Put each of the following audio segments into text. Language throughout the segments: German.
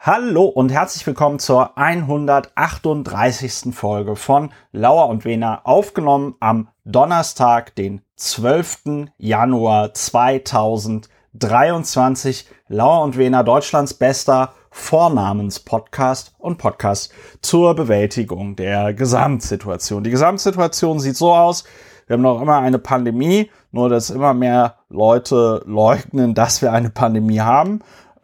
Hallo und herzlich willkommen zur 138. Folge von Lauer und Wehner, aufgenommen am Donnerstag, den 12. Januar 2023. Lauer und Wehner, Deutschlands bester Vornamenspodcast und Podcast zur Bewältigung der Gesamtsituation. Die Gesamtsituation sieht so aus: Wir haben noch immer eine Pandemie, nur dass immer mehr Leute leugnen, dass wir eine Pandemie haben.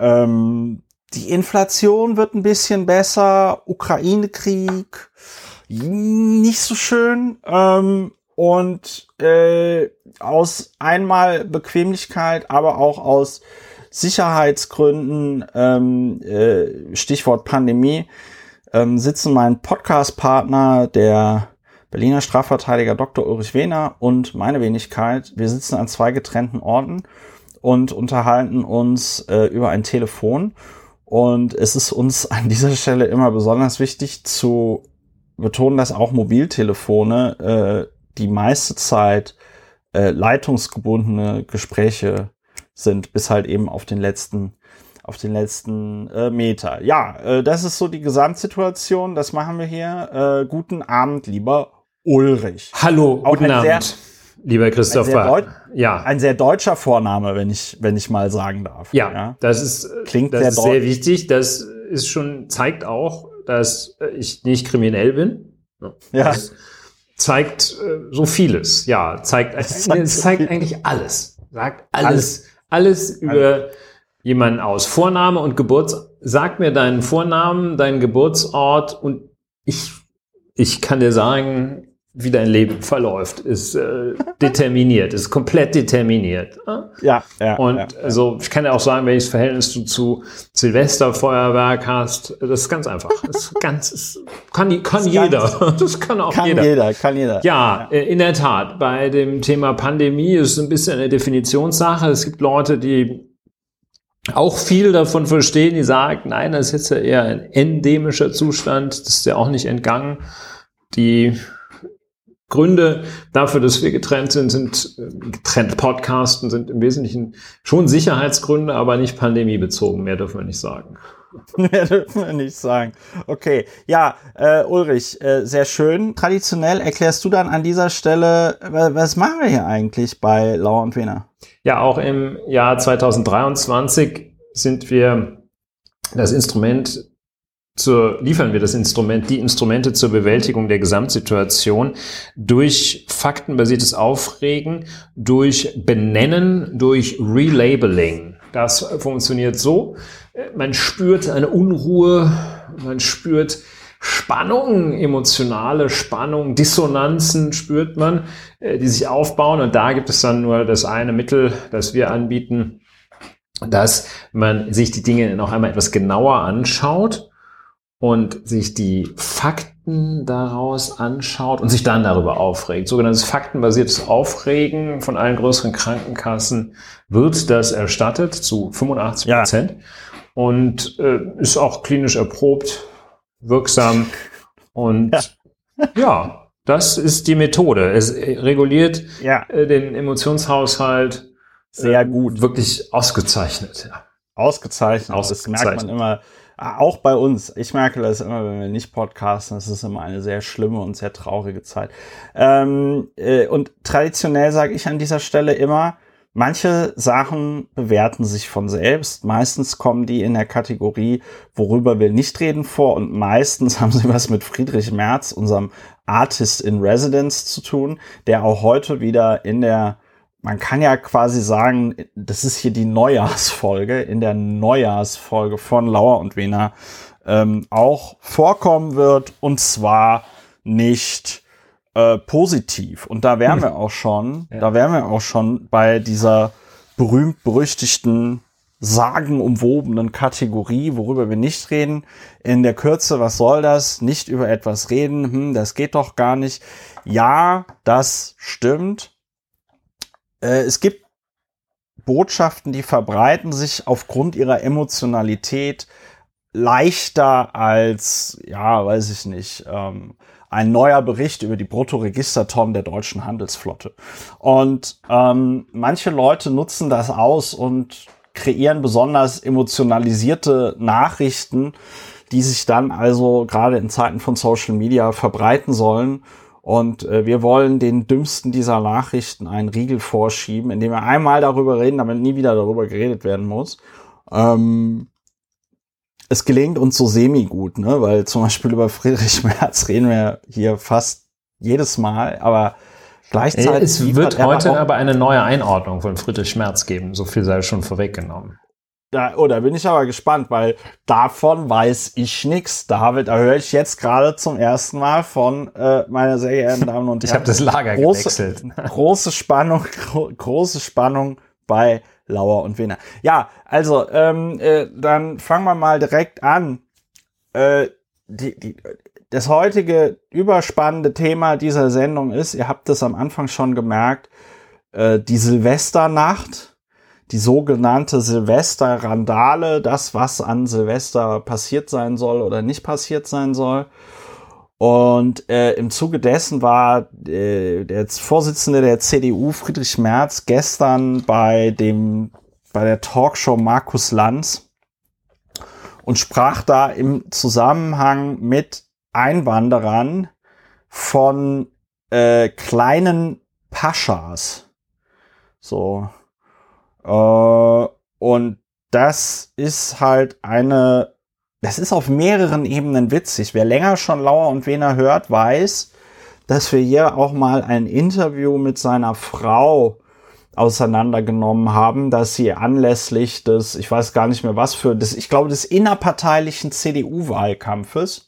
Die Inflation wird ein bisschen besser, Ukraine-Krieg nicht so schön, und aus einmal Bequemlichkeit, aber auch aus Sicherheitsgründen, Stichwort Pandemie, sitzen mein Podcast-Partner, der Berliner Strafverteidiger Dr. Ulrich Wehner, und meine Wenigkeit. Wir sitzen an zwei getrennten Orten und unterhalten uns über ein Telefon. Und es ist uns an dieser Stelle immer besonders wichtig zu betonen, dass auch Mobiltelefone die meiste Zeit leitungsgebundene Gespräche sind, bis halt eben auf den letzten Meter. Ja, das ist so die Gesamtsituation. Das machen wir hier. Guten Abend, lieber Ulrich. Hallo, guten Abend, lieber Christopher. Ein sehr deutscher Vorname, wenn ich mal sagen darf. Ja, das ist sehr wichtig. Das ist zeigt auch, dass ich nicht kriminell bin. Ja. Das zeigt so vieles. Ja, zeigt eigentlich alles. Sagt alles über jemanden aus. Vorname und Sag mir deinen Vornamen, deinen Geburtsort, und ich kann dir sagen, wie dein Leben verläuft, ist determiniert, ist komplett determiniert. Ja. Und also ich kann dir auch sagen, welches Verhältnis du zu Silvesterfeuerwerk hast. Das ist ganz einfach. Das kann jeder. Das kann auch jeder. Kann jeder. Ja, in der Tat. Bei dem Thema Pandemie ist es ein bisschen eine Definitionssache. Es gibt Leute, die auch viel davon verstehen, die sagen, nein, das ist jetzt ja eher ein endemischer Zustand. Das ist ja auch nicht entgangen. Die Gründe dafür, dass wir getrennt podcasten, sind im Wesentlichen schon Sicherheitsgründe, aber nicht pandemiebezogen. Mehr dürfen wir nicht sagen. Mehr dürfen wir nicht sagen. Okay, ja, Ulrich, sehr schön. Traditionell erklärst du dann an dieser Stelle, was machen wir hier eigentlich bei Lauer und Wehner? Ja, auch im Jahr 2023 liefern wir die Instrumente zur Bewältigung der Gesamtsituation durch faktenbasiertes Aufregen, durch Benennen, durch Relabeling. Das funktioniert so: Man spürt eine Unruhe, man spürt Spannung, emotionale Spannung, Dissonanzen spürt man, die sich aufbauen, und da gibt es dann nur das eine Mittel, das wir anbieten, dass man sich die Dinge noch einmal etwas genauer anschaut und sich die Fakten daraus anschaut und sich dann darüber aufregt. Sogenanntes faktenbasiertes Aufregen. Von allen größeren Krankenkassen wird das erstattet zu 85%. Ja. Und ist auch klinisch erprobt, wirksam. Und ja, das ist die Methode. Es reguliert den Emotionshaushalt sehr gut. Wirklich ausgezeichnet. Ja. Ausgezeichnet. Das merkt man immer. Auch bei uns. Ich merke das immer, wenn wir nicht podcasten. Das ist immer eine sehr schlimme und sehr traurige Zeit. Und traditionell sage ich an dieser Stelle immer, manche Sachen bewerten sich von selbst. Meistens kommen die in der Kategorie, worüber wir nicht reden, vor. Und meistens haben sie was mit Friedrich Merz, unserem Artist in Residence, zu tun, der auch heute wieder man kann ja quasi sagen, das ist hier die Neujahrsfolge, in der Neujahrsfolge von Lauer und Wehner auch vorkommen wird, und zwar nicht positiv. Und da wären wir auch schon, bei dieser berühmt-berüchtigten, sagenumwobenen Kategorie, worüber wir nicht reden. In der Kürze, was soll das? Nicht über etwas reden, das geht doch gar nicht. Ja, das stimmt. Es gibt Botschaften, die verbreiten sich aufgrund ihrer Emotionalität leichter als, weiß ich nicht, ein neuer Bericht über die Bruttoregistertonnen der deutschen Handelsflotte. Und manche Leute nutzen das aus und kreieren besonders emotionalisierte Nachrichten, die sich dann also gerade in Zeiten von Social Media verbreiten sollen. Und wir wollen den dümmsten dieser Nachrichten einen Riegel vorschieben, indem wir einmal darüber reden, damit nie wieder darüber geredet werden muss. Es gelingt uns so semi-gut, ne? Weil zum Beispiel über Friedrich Merz reden wir hier fast jedes Mal, aber gleichzeitig... Es wird heute aber eine neue Einordnung von Friedrich Merz geben, so viel sei schon vorweggenommen. Da bin ich aber gespannt, weil davon weiß ich nichts. David, da höre ich jetzt gerade zum ersten Mal von meine sehr geehrten Damen und Herren. Ich habe das Lager gewechselt. Große Spannung bei Lauer und Wehner. Ja, also dann fangen wir mal direkt an. Das heutige überspannende Thema dieser Sendung ist, ihr habt es am Anfang schon gemerkt, die Silvesternacht. Die sogenannte Silvester-Randale, das, was an Silvester passiert sein soll oder nicht passiert sein soll. Und im Zuge dessen war der Vorsitzende der CDU, Friedrich Merz, gestern bei der Talkshow Markus Lanz und sprach da im Zusammenhang mit Einwanderern von kleinen Paschas. So. Und das ist halt das ist auf mehreren Ebenen witzig. Wer länger schon Lauer und Wehner hört, weiß, dass wir hier auch mal ein Interview mit seiner Frau auseinandergenommen haben, dass sie anlässlich des, ich weiß gar nicht mehr was ich glaube des innerparteilichen CDU-Wahlkampfes,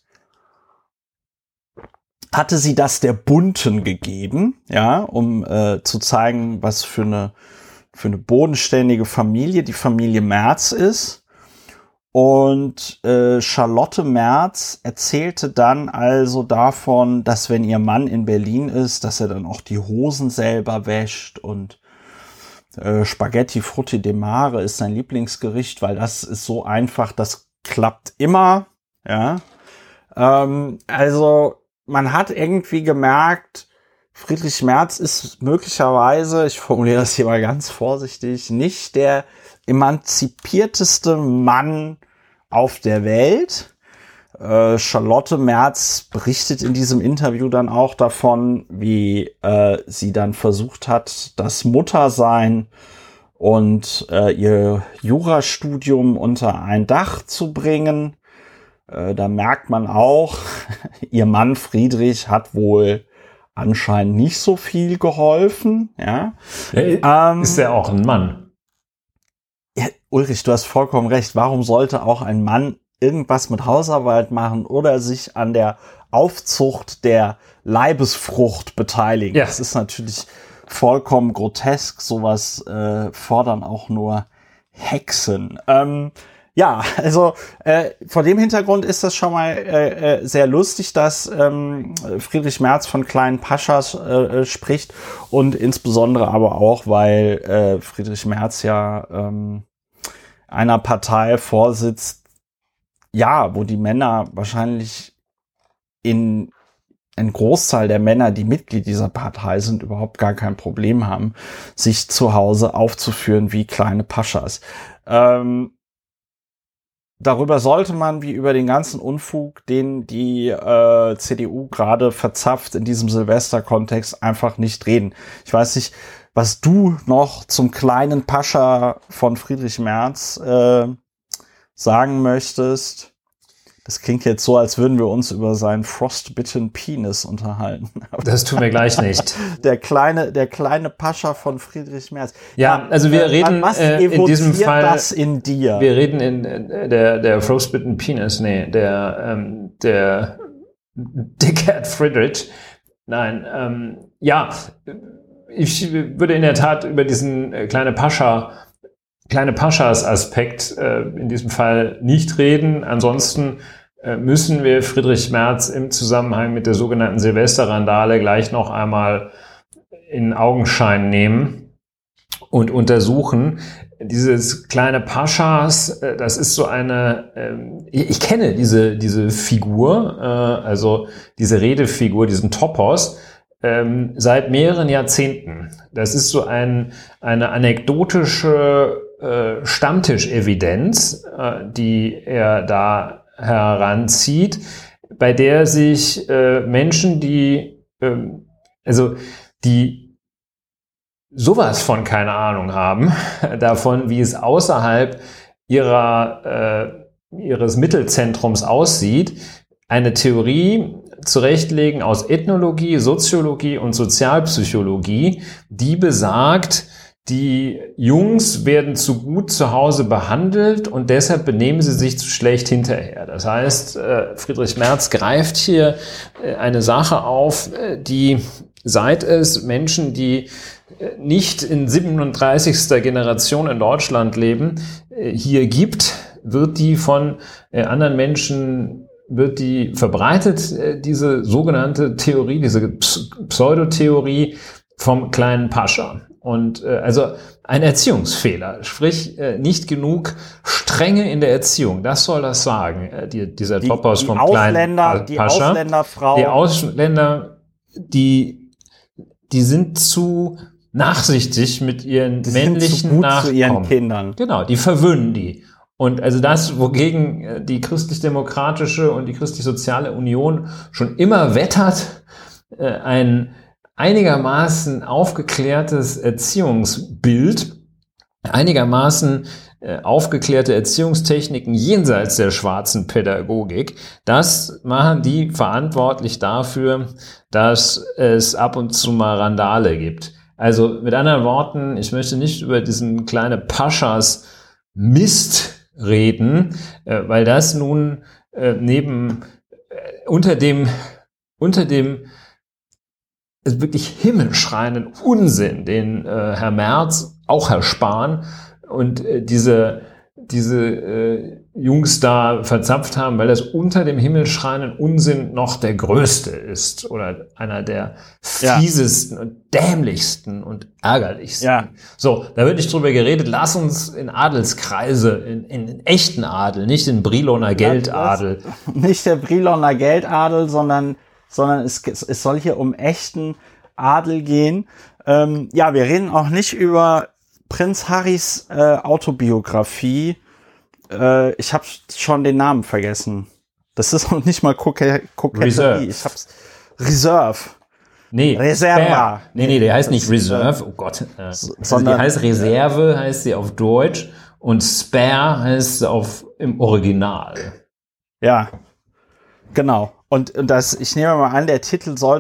hatte sie das der Bunten gegeben, ja, um zu zeigen, was für eine bodenständige Familie die Familie Merz ist. Und Charlotte Merz erzählte dann also davon, dass wenn ihr Mann in Berlin ist, dass er dann auch die Hosen selber wäscht und Spaghetti Frutti de Mare ist sein Lieblingsgericht, weil das ist so einfach, das klappt immer. Ja, also man hat irgendwie gemerkt, Friedrich Merz ist möglicherweise, ich formuliere das hier mal ganz vorsichtig, nicht der emanzipierteste Mann auf der Welt. Charlotte Merz berichtet in diesem Interview dann auch davon, wie sie dann versucht hat, das Muttersein und ihr Jurastudium unter ein Dach zu bringen. Da merkt man auch, ihr Mann Friedrich hat wohl anscheinend nicht so viel geholfen, ja. Ist ja auch ein Mann. Ja, Ulrich, du hast vollkommen recht. Warum sollte auch ein Mann irgendwas mit Hausarbeit machen oder sich an der Aufzucht der Leibesfrucht beteiligen? Ja. Das ist natürlich vollkommen grotesk. Sowas fordern auch nur Hexen. Ja, also vor dem Hintergrund ist das schon mal sehr lustig, dass Friedrich Merz von kleinen Paschas spricht und insbesondere aber auch, weil Friedrich Merz ja einer Partei vorsitzt, ja, wo die Männer wahrscheinlich ein Großteil der Männer, die Mitglied dieser Partei sind, überhaupt gar kein Problem haben, sich zu Hause aufzuführen wie kleine Paschas. Darüber sollte man, wie über den ganzen Unfug, den die CDU gerade verzapft in diesem Silvester-Kontext, einfach nicht reden. Ich weiß nicht, was du noch zum kleinen Pascha von Friedrich Merz sagen möchtest. Das klingt jetzt so, als würden wir uns über seinen frostbitten Penis unterhalten. Das tun wir gleich nicht. Der kleine Pascha von Friedrich Merz. Ja, also wir reden in diesem Fall. Das in dir? Wir reden in der frostbitten Penis, der Dickhead Friedrich. Nein, ja, ich würde in der Tat über diesen kleine Paschas-Aspekt in diesem Fall nicht reden. Ansonsten müssen wir Friedrich Merz im Zusammenhang mit der sogenannten Silvesterrandale gleich noch einmal in Augenschein nehmen und untersuchen. Dieses kleine Paschas, das ist so eine, ich kenne diese Figur, also diese Redefigur, diesen Topos, seit mehreren Jahrzehnten. Das ist so eine anekdotische Stammtischevidenz, die er da heranzieht, bei der sich Menschen, die sowas von keine Ahnung haben, davon, wie es außerhalb ihres Mittelzentrums aussieht, eine Theorie zurechtlegen aus Ethnologie, Soziologie und Sozialpsychologie, die besagt, die Jungs werden zu gut zu Hause behandelt und deshalb benehmen sie sich zu schlecht hinterher. Das heißt, Friedrich Merz greift hier eine Sache auf, die, seit es Menschen, die nicht in 37. Generation in Deutschland leben, hier gibt, wird die von anderen Menschen verbreitet, diese sogenannte Theorie, diese Pseudotheorie vom kleinen Pascha. Und also ein Erziehungsfehler, sprich nicht genug Strenge in der Erziehung. Das soll das sagen, dieser Topos vom kleinen Pascha. Die Ausländerfrau. Die Ausländer, die sind zu nachsichtig mit ihren männlichen Nachkommen. Zu ihren Kindern. Genau, die verwöhnen die. Und also das, wogegen die christlich-demokratische und die christlich-soziale Union schon immer wettert, ein einigermaßen aufgeklärtes Erziehungsbild, einigermaßen aufgeklärte Erziehungstechniken jenseits der schwarzen Pädagogik, das machen die verantwortlich dafür, dass es ab und zu mal Randale gibt. Also mit anderen Worten, ich möchte nicht über diesen kleine Paschas Mist reden, weil das nun unter dem wirklich himmelschreienden Unsinn, den Herr Merz, auch Herr Spahn und diese Jungs da verzapft haben, weil das unter dem himmelschreienden Unsinn noch der größte ist oder einer der fiesesten und dämlichsten und ärgerlichsten. Ja. So, da wird nicht drüber geredet. Lass uns in Adelskreise, in echten Adel, nicht in Briloner Geldadel. Nicht der Briloner Geldadel, sondern es soll hier um echten Adel gehen. Wir reden auch nicht über Prinz Harrys Autobiografie. Ich habe schon den Namen vergessen. Das ist noch nicht mal Koketterie. Ich hab's Reserve. Nee, Reserva. Nee, der heißt nicht Reserve. Oh Gott. Sondern die heißt Reserve, heißt sie auf Deutsch, und Spare heißt sie im Original. Ja, genau. Und ich nehme mal an, der Titel soll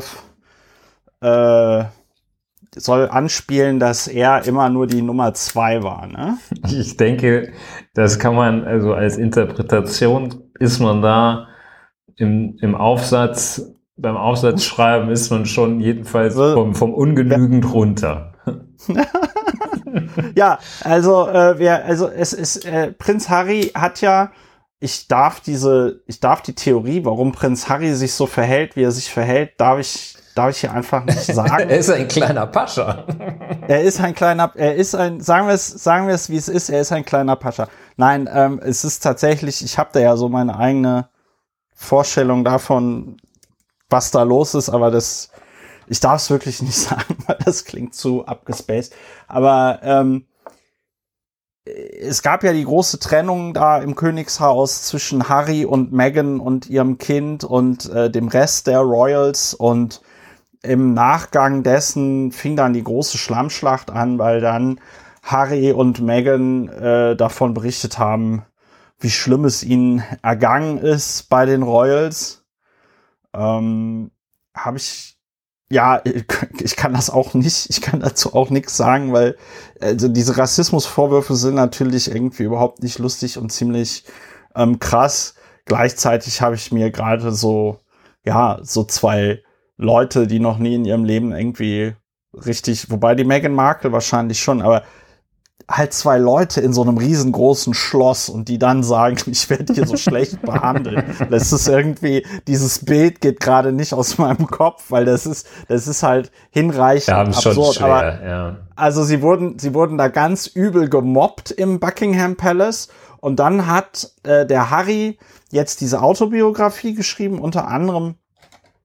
soll anspielen, dass er immer nur die Nummer 2 war, ne? Ich denke, das kann man, also als Interpretation ist man da beim Aufsatzschreiben ist man schon jedenfalls vom ungenügend runter. Ja, also es ist Prinz Harry hat ja, ich darf die Theorie, warum Prinz Harry sich so verhält, wie er sich verhält, darf ich hier einfach nicht sagen. Er ist ein kleiner Pascha. Sagen wir es, wie es ist, er ist ein kleiner Pascha. Nein, es ist tatsächlich, ich habe da ja so meine eigene Vorstellung davon, was da los ist, aber ich darf es wirklich nicht sagen, weil das klingt zu abgespaced. Aber es gab ja die große Trennung da im Königshaus zwischen Harry und Meghan und ihrem Kind und dem Rest der Royals, und im Nachgang dessen fing dann die große Schlammschlacht an, weil dann Harry und Meghan davon berichtet haben, wie schlimm es ihnen ergangen ist bei den Royals. Ich kann dazu auch nichts sagen, weil also diese Rassismusvorwürfe sind natürlich irgendwie überhaupt nicht lustig und ziemlich krass. Gleichzeitig habe ich mir gerade so 2 Leute, die noch nie in ihrem Leben irgendwie richtig, wobei die Meghan Markle wahrscheinlich schon, aber halt 2 Leute in so einem riesengroßen Schloss und die dann sagen, ich werde hier so schlecht behandelt. Das ist irgendwie, dieses Bild geht gerade nicht aus meinem Kopf, weil das ist halt hinreichend absurd. Schon schwer, aber ja. Also sie wurden da ganz übel gemobbt im Buckingham Palace, und dann hat der Harry jetzt diese Autobiografie geschrieben, unter anderem.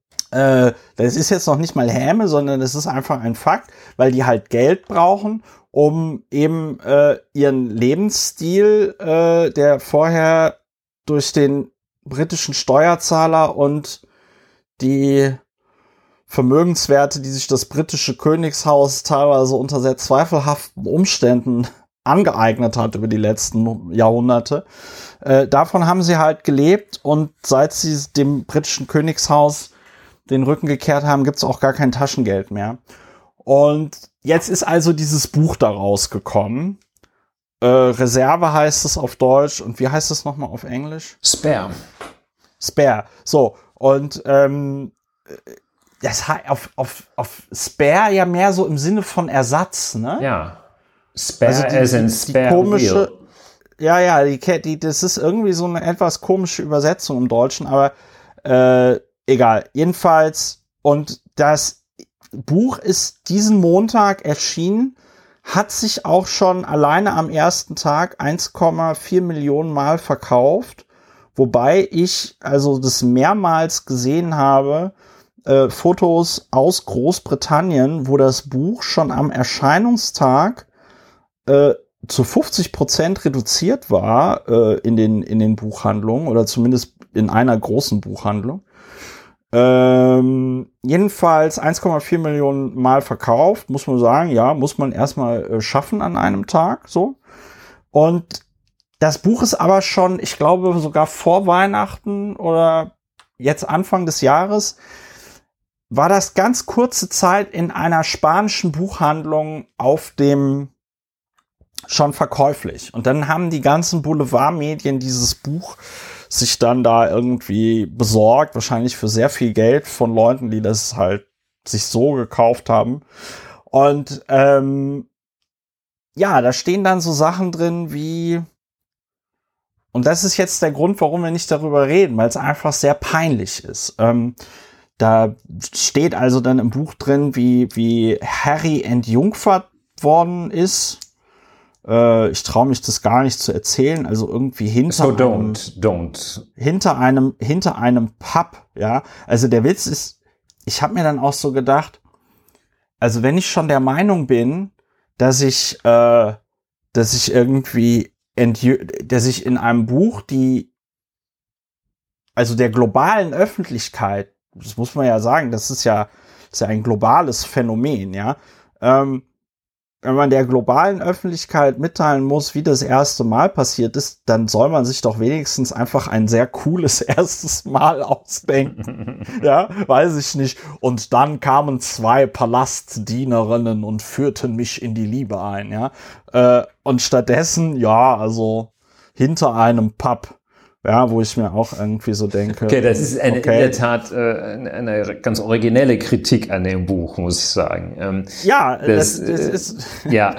Das ist jetzt noch nicht mal Häme, sondern es ist einfach ein Fakt, weil die halt Geld brauchen, um eben ihren Lebensstil, der vorher durch den britischen Steuerzahler und die Vermögenswerte, die sich das britische Königshaus teilweise unter sehr zweifelhaften Umständen angeeignet hat über die letzten Jahrhunderte. Davon haben sie halt gelebt, und seit sie dem britischen Königshaus den Rücken gekehrt haben, gibt's auch gar kein Taschengeld mehr. Und jetzt ist also dieses Buch da rausgekommen. Reserve heißt es auf Deutsch, und wie heißt es nochmal auf Englisch? Spare. So, und das auf Spare ja mehr so im Sinne von Ersatz, ne? Ja. Spare as in spare komische, wheel. Das ist irgendwie so eine etwas komische Übersetzung im Deutschen, aber egal. Jedenfalls, und das Buch ist diesen Montag erschienen, hat sich auch schon alleine am ersten Tag 1,4 Millionen Mal verkauft, wobei ich also das mehrmals gesehen habe, Fotos aus Großbritannien, wo das Buch schon am Erscheinungstag zu 50% reduziert war in den Buchhandlungen, oder zumindest in einer großen Buchhandlung. Jedenfalls 1,4 Millionen Mal verkauft, muss man sagen, ja, muss man erstmal schaffen an einem Tag, so. Und das Buch ist aber schon, ich glaube, sogar vor Weihnachten oder jetzt Anfang des Jahres, war das ganz kurze Zeit in einer spanischen Buchhandlung auf dem schon verkäuflich. Und dann haben die ganzen Boulevardmedien dieses Buch sich dann da irgendwie besorgt, wahrscheinlich für sehr viel Geld von Leuten, die das halt sich so gekauft haben. Und da stehen dann so Sachen drin wie, und das ist jetzt der Grund, warum wir nicht darüber reden, weil es einfach sehr peinlich ist. Da steht also dann im Buch drin, wie Harry entjungfert worden ist. Ich traue mich das gar nicht zu erzählen, also irgendwie hinter einem Pub, ja. Also der Witz ist, ich habe mir dann auch so gedacht, also wenn ich schon der Meinung bin, dass ich irgendwie dass ich in einem Buch also der globalen Öffentlichkeit, das muss man ja sagen, das ist ja ein globales Phänomen, ja. Wenn man der globalen Öffentlichkeit mitteilen muss, wie das erste Mal passiert ist, dann soll man sich doch wenigstens einfach ein sehr cooles erstes Mal ausdenken. Ja, weiß ich nicht. Und dann kamen 2 Palastdienerinnen und führten mich in die Liebe ein, ja. Und stattdessen, ja, also hinter einem Pub. Ja, wo ich mir auch irgendwie so denke. Okay, das ist in der Tat eine ganz originelle Kritik an dem Buch, muss ich sagen. Das ist ja,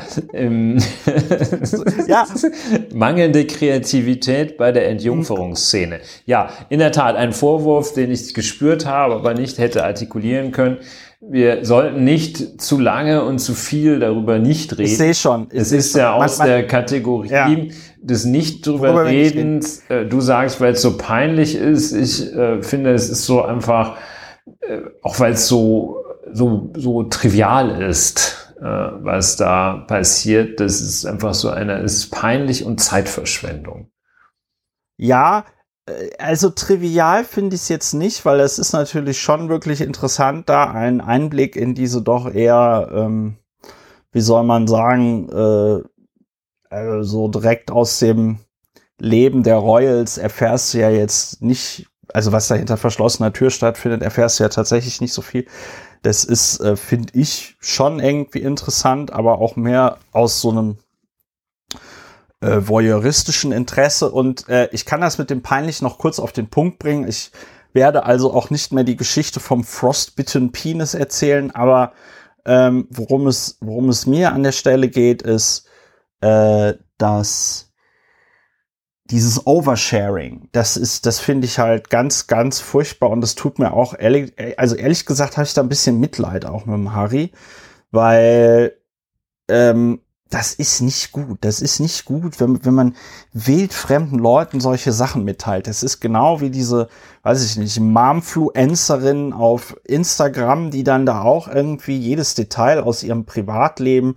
mangelnde Kreativität bei der Entjungferungsszene. Ja, in der Tat ein Vorwurf, den ich gespürt habe, aber nicht hätte artikulieren können. Wir sollten nicht zu lange und zu viel darüber nicht reden. Ich sehe schon. Es ist ja aus der Kategorie des Nicht-Drüber-Redens. Du sagst, weil es so peinlich ist. Ich finde, es ist so einfach, auch weil es so trivial ist, was da passiert. Das ist einfach so es ist peinlich und Zeitverschwendung. Ja, also trivial finde ich es jetzt nicht, weil es ist natürlich schon wirklich interessant, da einen Einblick in diese doch eher, wie soll man sagen, so direkt aus dem Leben der Royals erfährst du ja jetzt nicht, also was da hinter verschlossener Tür stattfindet, erfährst du ja tatsächlich nicht so viel. Das ist, finde ich, schon irgendwie interessant, aber auch mehr aus so einem voyeuristischen Interesse, und ich kann das mit dem peinlich noch kurz auf den Punkt bringen. Ich werde also auch nicht mehr die Geschichte vom Frostbitten Penis erzählen, aber worum es mir an der Stelle geht, ist, dass dieses Oversharing, das finde ich halt ganz, ganz furchtbar, und das tut mir auch ehrlich gesagt habe ich da ein bisschen Mitleid auch mit dem Harry, weil das ist nicht gut. Das ist nicht gut, wenn man wildfremden Leuten solche Sachen mitteilt. Das ist genau wie diese, weiß ich nicht, Momfluencerin auf Instagram, die dann da auch irgendwie jedes Detail aus ihrem Privatleben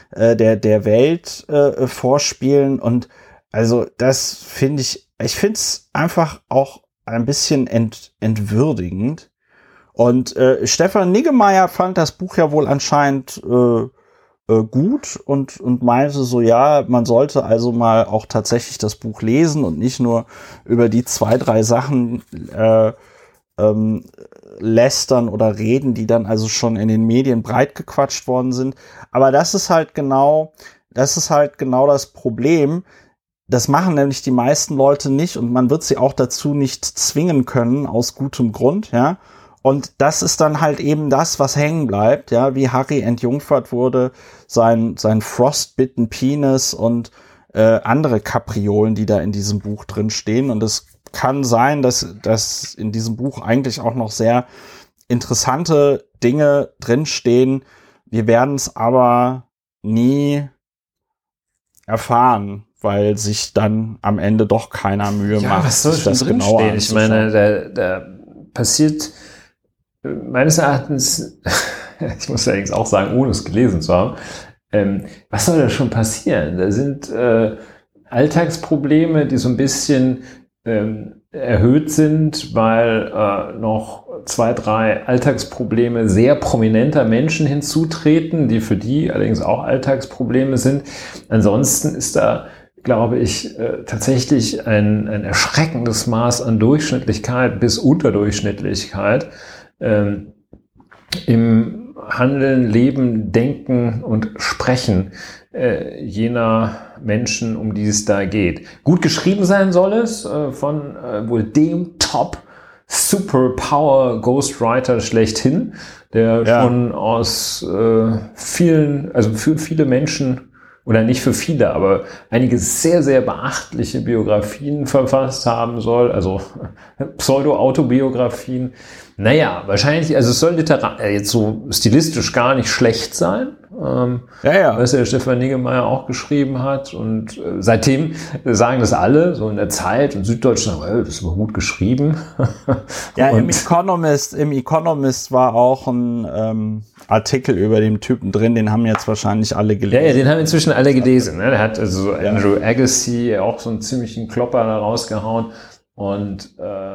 der Welt vorspielen. Und also das finde ich finde es einfach auch ein bisschen entwürdigend. Und Stefan Niggemeier fand das Buch ja wohl anscheinend gut und meinte so, ja, man sollte also mal auch tatsächlich das Buch lesen und nicht nur über die 2, 3 Sachen lästern oder reden, die dann also schon in den Medien breit gequatscht worden sind. Aber das ist halt genau das Problem. Das machen nämlich die meisten Leute nicht und man wird sie auch dazu nicht zwingen können, aus gutem Grund, ja. Und das ist dann halt eben das, was hängen bleibt, ja, wie Harry entjungfert wurde, sein Frostbitten Penis und andere Kapriolen, die da in diesem Buch drin stehen. Und es kann sein, dass in diesem Buch eigentlich auch noch sehr interessante Dinge drinstehen. Wir werden es aber nie erfahren, weil sich dann am Ende doch keiner Mühe macht, was soll sich das drin genauer stehen? Ich meine, da passiert meines Erachtens, ich muss ja allerdings auch sagen, ohne es gelesen zu haben, was soll da schon passieren? Da sind Alltagsprobleme, die so ein bisschen erhöht sind, weil noch 2, 3 Alltagsprobleme sehr prominenter Menschen hinzutreten, die für die allerdings auch Alltagsprobleme sind. Ansonsten ist da, glaube ich, tatsächlich ein erschreckendes Maß an Durchschnittlichkeit bis Unterdurchschnittlichkeit im Handeln, Leben, Denken und Sprechen jener Menschen, um die es da geht. Gut geschrieben sein soll es von wohl dem Top Superpower Ghostwriter schlechthin, der schon aus vielen, also für viele Menschen, oder nicht für viele, aber einige sehr, sehr beachtliche Biografien verfasst haben soll, also Pseudo-Autobiografien. Naja, wahrscheinlich, also es soll jetzt so stilistisch gar nicht schlecht sein. Was der Stefan Niggemeier auch geschrieben hat. Und seitdem sagen das alle, so in der Zeit und Süddeutschland, das ist aber gut geschrieben. Ja, im Economist war auch ein Artikel über den Typen drin, den haben jetzt wahrscheinlich alle gelesen. Ja, den haben inzwischen alle gelesen. Ne? Der hat also Andrew Agassi auch so einen ziemlichen Klopper da rausgehauen. Und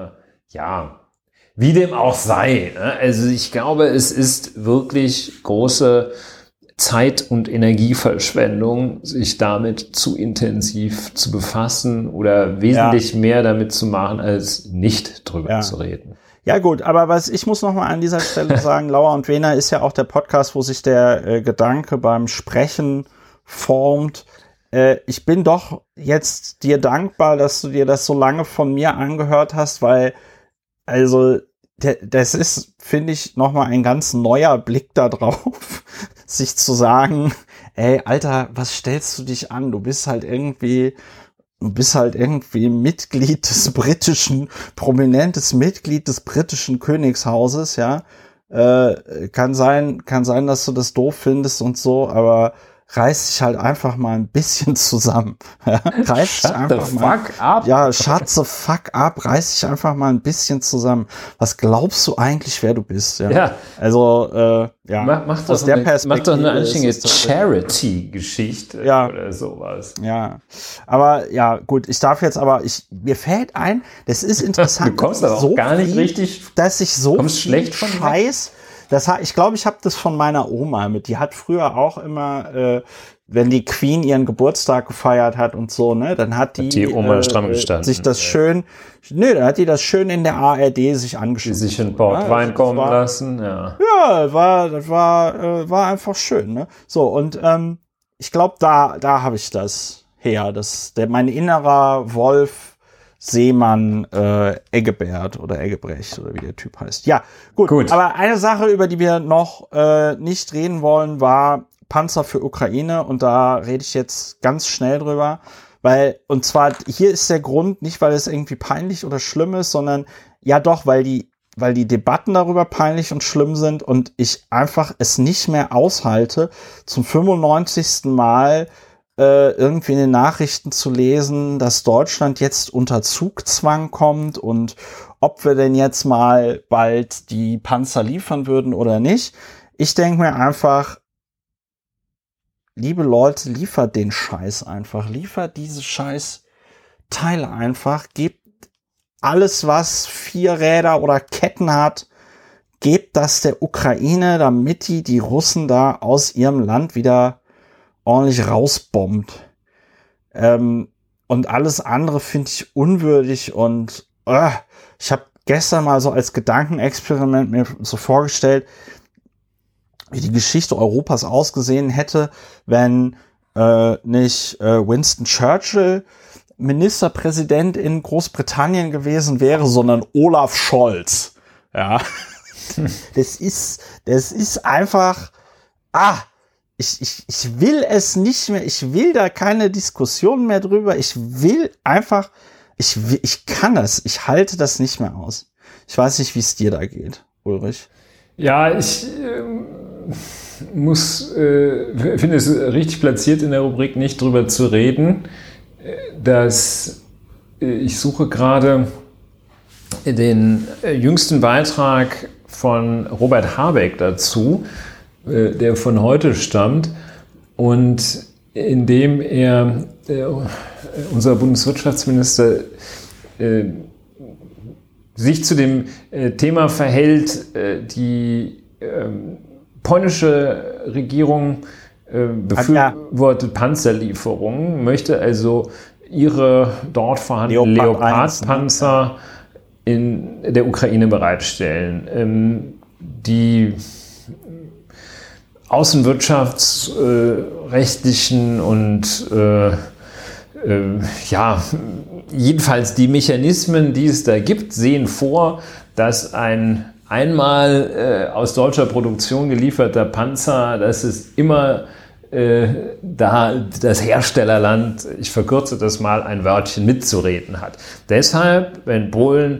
wie dem auch sei. Ne? Also ich glaube, es ist wirklich große Zeit- und Energieverschwendung, sich damit zu intensiv zu befassen oder wesentlich mehr damit zu machen, als nicht drüber zu reden. Ja gut, aber ich muss noch mal an dieser Stelle sagen, Lauer und Wehner ist ja auch der Podcast, wo sich der Gedanke beim Sprechen formt. Ich bin doch jetzt dir dankbar, dass du dir das so lange von mir angehört hast, weil also das ist, finde ich, noch mal ein ganz neuer Blick da drauf, sich zu sagen, ey, Alter, was stellst du dich an? Du bist halt irgendwie prominentes Mitglied des britischen Königshauses, ja. Kann sein, dass du das doof findest und so, aber reiß dich halt einfach mal ein bisschen zusammen. Ja? Reiß dich einfach mal. Fuck up. Ja, shut the fuck up. Reiß dich einfach mal ein bisschen zusammen. Was glaubst du eigentlich, wer du bist? Ja. Also, Mach doch eine anständige Charity-Geschichte oder sowas. Ja. Aber, ja, gut, ich darf jetzt mir fällt ein, das ist interessant. Du kommst aber auch gar nicht richtig, dass ich so schlecht von Scheiß. Ich glaube, ich habe das von meiner Oma mit. Die hat früher auch immer, wenn die Queen ihren Geburtstag gefeiert hat und so, ne, dann hat die Oma stramm gestanden, sich das schön, dann hat die das schön in der ARD sich angeschaut. Sich in Port Wein kommen lassen, ja. Ja, das war einfach schön, ne. So, und ich glaube, da habe ich das her. Mein innerer Wolf Seemann Eggebert oder Eggebrecht oder wie der Typ heißt. Ja, gut. Aber eine Sache, über die wir noch nicht reden wollen, war Panzer für Ukraine. Und da rede ich jetzt ganz schnell drüber. Und zwar, hier ist der Grund, nicht weil es irgendwie peinlich oder schlimm ist, sondern ja doch, weil die Debatten darüber peinlich und schlimm sind und ich einfach es nicht mehr aushalte, zum 95. Mal irgendwie in den Nachrichten zu lesen, dass Deutschland jetzt unter Zugzwang kommt und ob wir denn jetzt mal bald die Panzer liefern würden oder nicht. Ich denke mir einfach, liebe Leute, liefert den Scheiß einfach. Liefert diese Scheiß Teile einfach. Gebt alles, was 4 Räder oder Ketten hat, gebt das der Ukraine, damit die Russen da aus ihrem Land wieder ordentlich rausbombt. Und alles andere finde ich unwürdig und ich habe gestern mal so als Gedankenexperiment mir so vorgestellt, wie die Geschichte Europas ausgesehen hätte, wenn nicht Winston Churchill Ministerpräsident in Großbritannien gewesen wäre, sondern Olaf Scholz. Ja. Das ist einfach, ich will es nicht mehr, ich will da keine Diskussion mehr drüber, ich will einfach, ich kann es, ich halte das nicht mehr aus. Ich weiß nicht, wie es dir da geht, Ulrich. Ja, ich finde es richtig platziert in der Rubrik nicht drüber zu reden, dass ich suche gerade den jüngsten Beitrag von Robert Habeck dazu, der von heute stammt und in dem unser Bundeswirtschaftsminister sich zu dem Thema verhält, die polnische Regierung befürwortet Panzerlieferungen, möchte also ihre dort vorhandenen Leopard-Panzer in der Ukraine bereitstellen. Die außenwirtschaftsrechtlichen und jedenfalls die Mechanismen, die es da gibt, sehen vor, dass ein einmal aus deutscher Produktion gelieferter Panzer, dass es immer da das Herstellerland, ich verkürze das mal, ein Wörtchen mitzureden hat. Deshalb, wenn Polen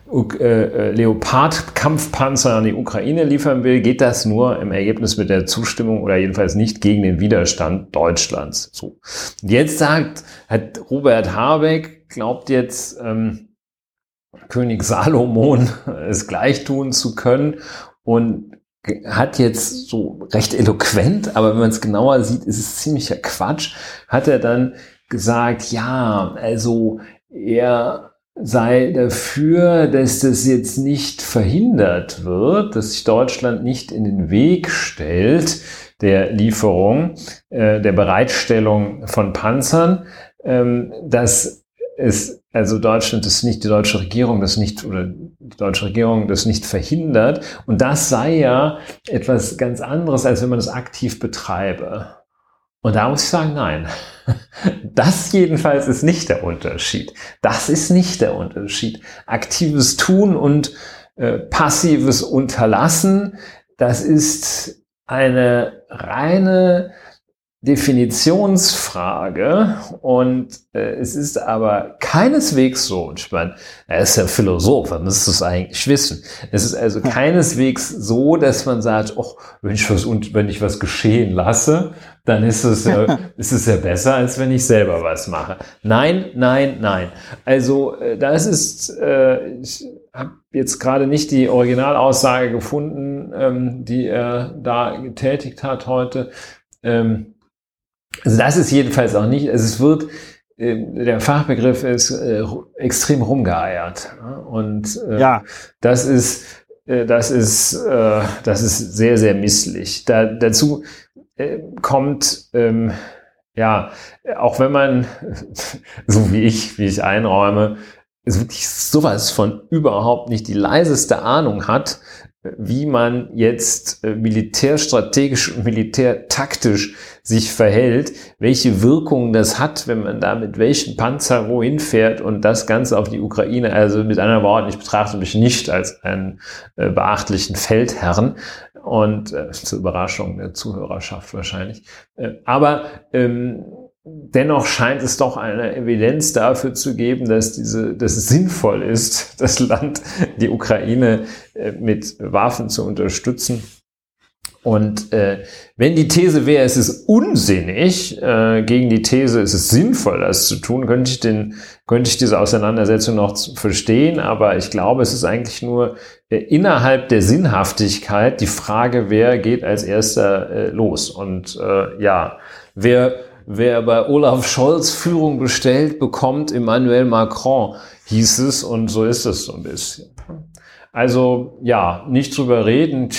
Leopard-Kampfpanzer an die Ukraine liefern will, geht das nur im Ergebnis mit der Zustimmung oder jedenfalls nicht gegen den Widerstand Deutschlands. So. Und jetzt hat Robert Habeck, glaubt jetzt König Salomon es gleich tun zu können und hat jetzt so recht eloquent, aber wenn man es genauer sieht, ist es ziemlicher Quatsch, hat er dann gesagt, ja, also er sei dafür, dass das jetzt nicht verhindert wird, dass sich Deutschland nicht in den Weg stellt der Lieferung, der Bereitstellung von Panzern, dass es also Deutschland das nicht, die deutsche Regierung das nicht oder die deutsche Regierung das nicht verhindert. Und das sei ja etwas ganz anderes, als wenn man es aktiv betreibe. Und da muss ich sagen, nein. Das jedenfalls ist nicht der Unterschied. Das ist nicht der Unterschied. Aktives Tun und passives Unterlassen, das ist eine reine Definitionsfrage und es ist aber keineswegs so, und ich meine, er ist ja Philosoph, er müsste es eigentlich wissen. Es ist also keineswegs so, dass man sagt, oh, wenn ich was geschehen lasse, dann ist es ja besser, als wenn ich selber was mache. Nein, nein, nein. Also das ist, ich habe jetzt gerade nicht die Originalaussage gefunden, die er da getätigt hat heute. Also das ist jedenfalls auch nicht, also es wird, der Fachbegriff ist extrem rumgeeiert. Und das ist sehr, sehr misslich. Dazu kommt, auch wenn man, so wie ich einräume, wirklich sowas von überhaupt nicht die leiseste Ahnung hat, wie man jetzt militärstrategisch und militärtaktisch sich verhält, welche Wirkung das hat, wenn man da mit welchem Panzer wohin fährt und das Ganze auf die Ukraine, also mit anderen Worten, ich betrachte mich nicht als einen beachtlichen Feldherrn und zur Überraschung der Zuhörerschaft wahrscheinlich, aber dennoch scheint es doch eine Evidenz dafür zu geben, dass es sinnvoll ist, das Land, die Ukraine, mit Waffen zu unterstützen. Und wenn die These wäre, es ist unsinnig, gegen die These, es ist sinnvoll, das zu tun, könnte ich diese Auseinandersetzung noch verstehen. Aber ich glaube, es ist eigentlich nur innerhalb der Sinnhaftigkeit die Frage, wer geht als erster los. Und Wer bei Olaf Scholz Führung bestellt, bekommt Emmanuel Macron, hieß es, und so ist es so ein bisschen. Also, ja, nicht drüber reden,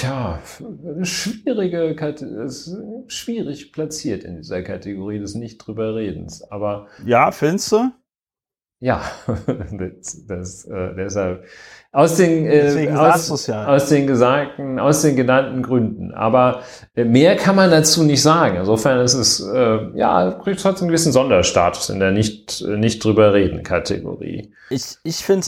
schwierig platziert in dieser Kategorie des Nicht-drüber-Redens, aber. Ja, findest du? Ja, deshalb. Aus den genannten Gründen. Aber mehr kann man dazu nicht sagen. Insofern ist es, kriegt trotzdem einen gewissen Sonderstatus in der nicht drüber reden Kategorie. Ich finde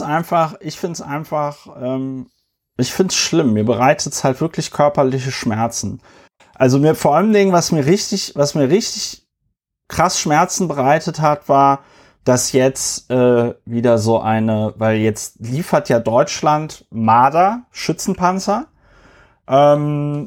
es schlimm. Mir bereitet es halt wirklich körperliche Schmerzen. Also mir vor allem Dingen, was mir richtig krass Schmerzen bereitet hat, war, dass jetzt wieder so weil jetzt liefert ja Deutschland Marder Schützenpanzer. Also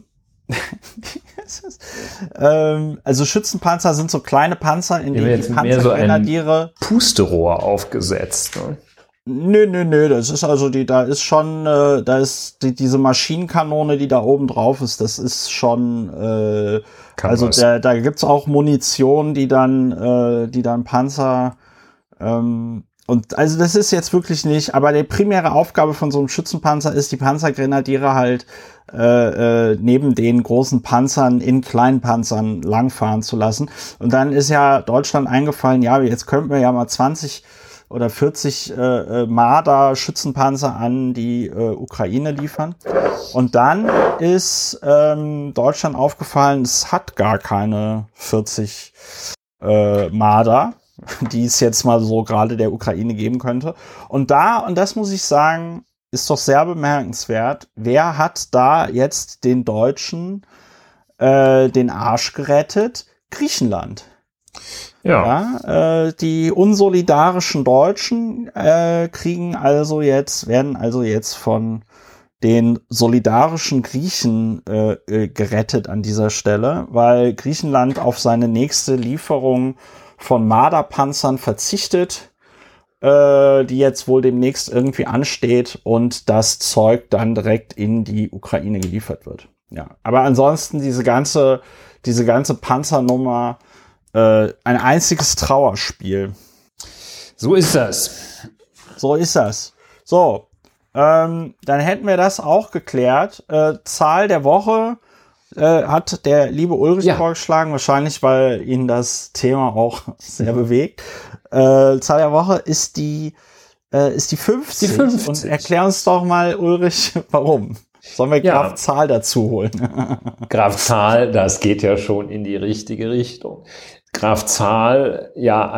Schützenpanzer sind so kleine Panzer, in denen die Panzergrenadiere so Pusterohr aufgesetzt. Ne? Nö, das ist also da ist diese Maschinenkanone, die da oben drauf ist, das ist schon da gibt's auch Munition, die dann Panzer und also das ist jetzt wirklich nicht, aber die primäre Aufgabe von so einem Schützenpanzer ist, die Panzergrenadiere halt neben den großen Panzern in kleinen Panzern langfahren zu lassen. Und dann ist ja Deutschland eingefallen, ja, jetzt könnten wir ja mal 20 oder 40 Marder-Schützenpanzer an die Ukraine liefern. Und dann ist Deutschland aufgefallen, es hat gar keine 40 Marder, die es jetzt mal so gerade der Ukraine geben könnte. Und das muss ich sagen, ist doch sehr bemerkenswert. Wer hat da jetzt den Deutschen den Arsch gerettet? Griechenland. Ja, die unsolidarischen Deutschen werden also jetzt von den solidarischen Griechen gerettet an dieser Stelle, weil Griechenland auf seine nächste Lieferung von Marderpanzern verzichtet, die jetzt wohl demnächst irgendwie ansteht und das Zeug dann direkt in die Ukraine geliefert wird. Ja, aber ansonsten diese ganze Panzernummer, ein einziges Trauerspiel. So ist das. So, dann hätten wir das auch geklärt. Zahl der Woche hat der liebe Ulrich vorgeschlagen, wahrscheinlich, weil ihn das Thema auch sehr bewegt. Zahl der Woche ist die 50. Die 50. Und erklär uns doch mal, Ulrich, warum. Sollen wir Graf Zahl dazu holen? Graf Zahl, das geht ja schon in die richtige Richtung. Graf Zahl, ja,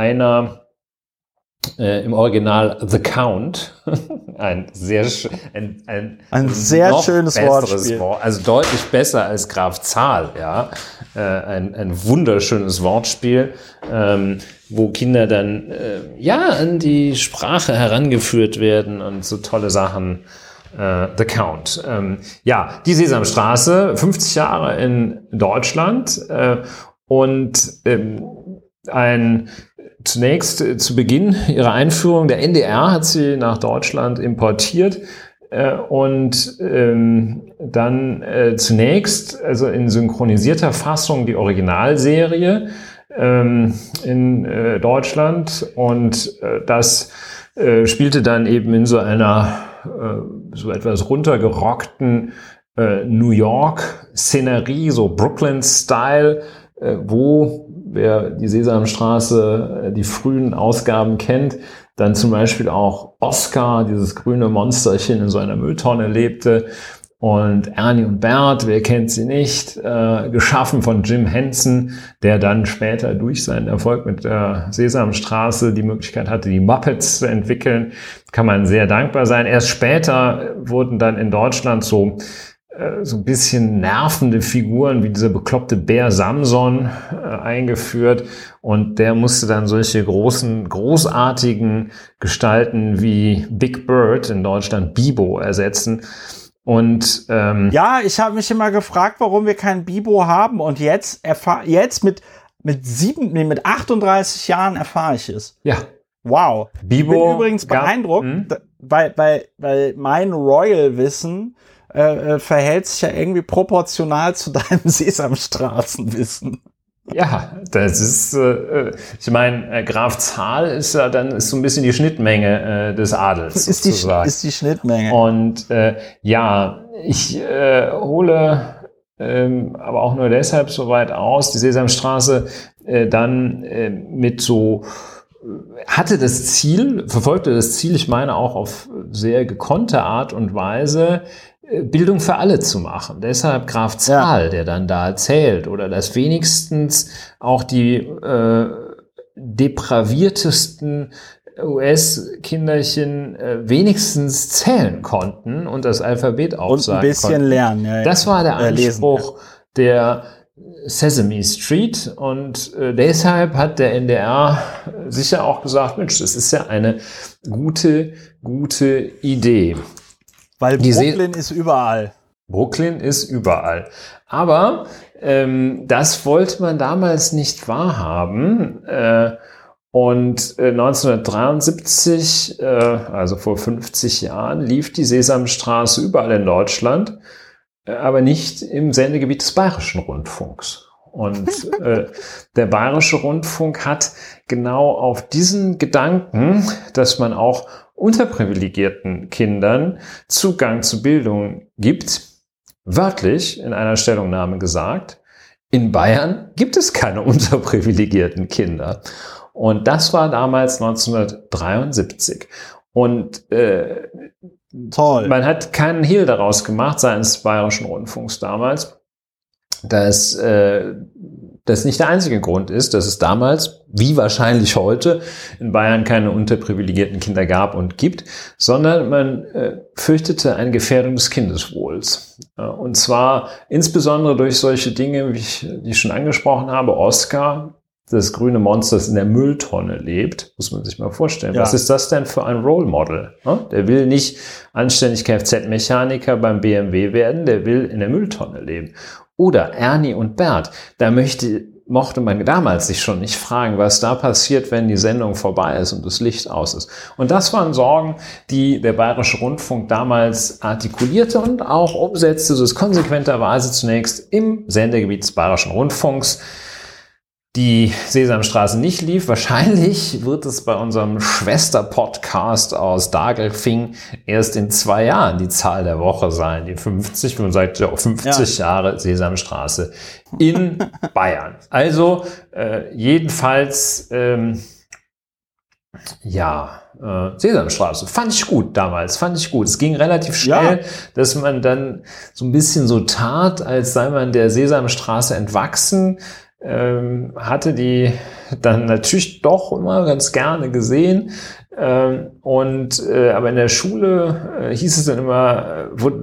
im Original The Count, ein sehr schönes Wortspiel. Also deutlich besser als Graf Zahl, ja. Ein wunderschönes Wortspiel, wo Kinder dann an die Sprache herangeführt werden und so tolle Sachen. The Count. Die Sesamstraße, 50 Jahre in Deutschland und zunächst zu Beginn ihrer Einführung, der NDR hat sie nach Deutschland importiert und dann zunächst, also in synchronisierter Fassung, die Originalserie in Deutschland und das spielte dann eben in so einer so etwas runtergerockten New York-Szenerie, so Brooklyn-Style, wo, wer die Sesamstraße, die frühen Ausgaben kennt, dann zum Beispiel auch Oscar, dieses grüne Monsterchen, in so einer Mülltonne lebte. Und Ernie und Bert, wer kennt sie nicht, geschaffen von Jim Henson, der dann später durch seinen Erfolg mit der Sesamstraße die Möglichkeit hatte, die Muppets zu entwickeln. Kann man sehr dankbar sein. Erst später wurden dann in Deutschland so ein bisschen nervende Figuren wie dieser bekloppte Bär Samson eingeführt. Und der musste dann solche großartigen Gestalten wie Big Bird, in Deutschland Bibo, ersetzen. Und ich habe mich immer gefragt, warum wir keinen Bibo haben. Und jetzt mit 38 Jahren erfahre ich es. Ja. Wow. Bibo. Ich bin übrigens beeindruckt, weil mein Royal-Wissen verhält sich ja irgendwie proportional zu deinem Sesamstraßenwissen. Ja, das ist, ich meine, Graf Zahl ist ja dann ist so ein bisschen die Schnittmenge des Adels. Ist die Schnittmenge. Und ich hole aber auch nur deshalb so weit aus, die Sesamstraße verfolgte das Ziel, ich meine auch auf sehr gekonnte Art und Weise, Bildung für alle zu machen. Deshalb Graf Zahl, der dann da erzählt, oder dass wenigstens auch die depraviertesten US-Kinderchen wenigstens zählen konnten und das Alphabet aufsagen und ein bisschen konnten. Lernen. Ja, das war der Anspruch der Sesame Street und deshalb hat der NDR sicher auch gesagt, Mensch, das ist ja eine gute Idee. Weil Brooklyn ist überall. Brooklyn ist überall. Aber das wollte man damals nicht wahrhaben. Und 1973, also vor 50 Jahren, lief die Sesamstraße überall in Deutschland, aber nicht im Sendegebiet des Bayerischen Rundfunks. Und der Bayerische Rundfunk hat genau auf diesen Gedanken, dass man auch unterprivilegierten Kindern Zugang zu Bildung gibt, wörtlich in einer Stellungnahme gesagt, in Bayern gibt es keine unterprivilegierten Kinder. Und das war damals 1973. Und toll. Man hat keinen Hehl daraus gemacht, seitens des Bayerischen Rundfunks damals, dass das nicht der einzige Grund ist, dass es damals, wie wahrscheinlich heute, in Bayern keine unterprivilegierten Kinder gab und gibt, sondern man fürchtete eine Gefährdung des Kindeswohls. Und zwar insbesondere durch solche Dinge, wie ich schon angesprochen habe, Oscar, das grüne Monster, das in der Mülltonne lebt, muss man sich mal vorstellen. Ja. Was ist das denn für ein Role Model? Der will nicht anständig Kfz-Mechaniker beim BMW werden, der will in der Mülltonne leben. Oder Ernie und Bert, da mochte man damals sich schon nicht fragen, was da passiert, wenn die Sendung vorbei ist und das Licht aus ist. Und das waren Sorgen, die der Bayerische Rundfunk damals artikulierte und auch umsetzte, so ist konsequenterweise zunächst im Sendegebiet des Bayerischen Rundfunks. Die Sesamstraße nicht lief. Wahrscheinlich wird es bei unserem Schwester-Podcast aus Dagelfing erst in 2 Jahren die Zahl der Woche sein. Die 50, man sagt ja 50 Jahre Sesamstraße in Bayern. Also jedenfalls, Sesamstraße. Fand ich gut damals, Es ging relativ schnell, dass man dann so ein bisschen so tat, als sei man der Sesamstraße entwachsen. Hatte die dann natürlich doch immer ganz gerne gesehen aber in der Schule hieß es dann immer,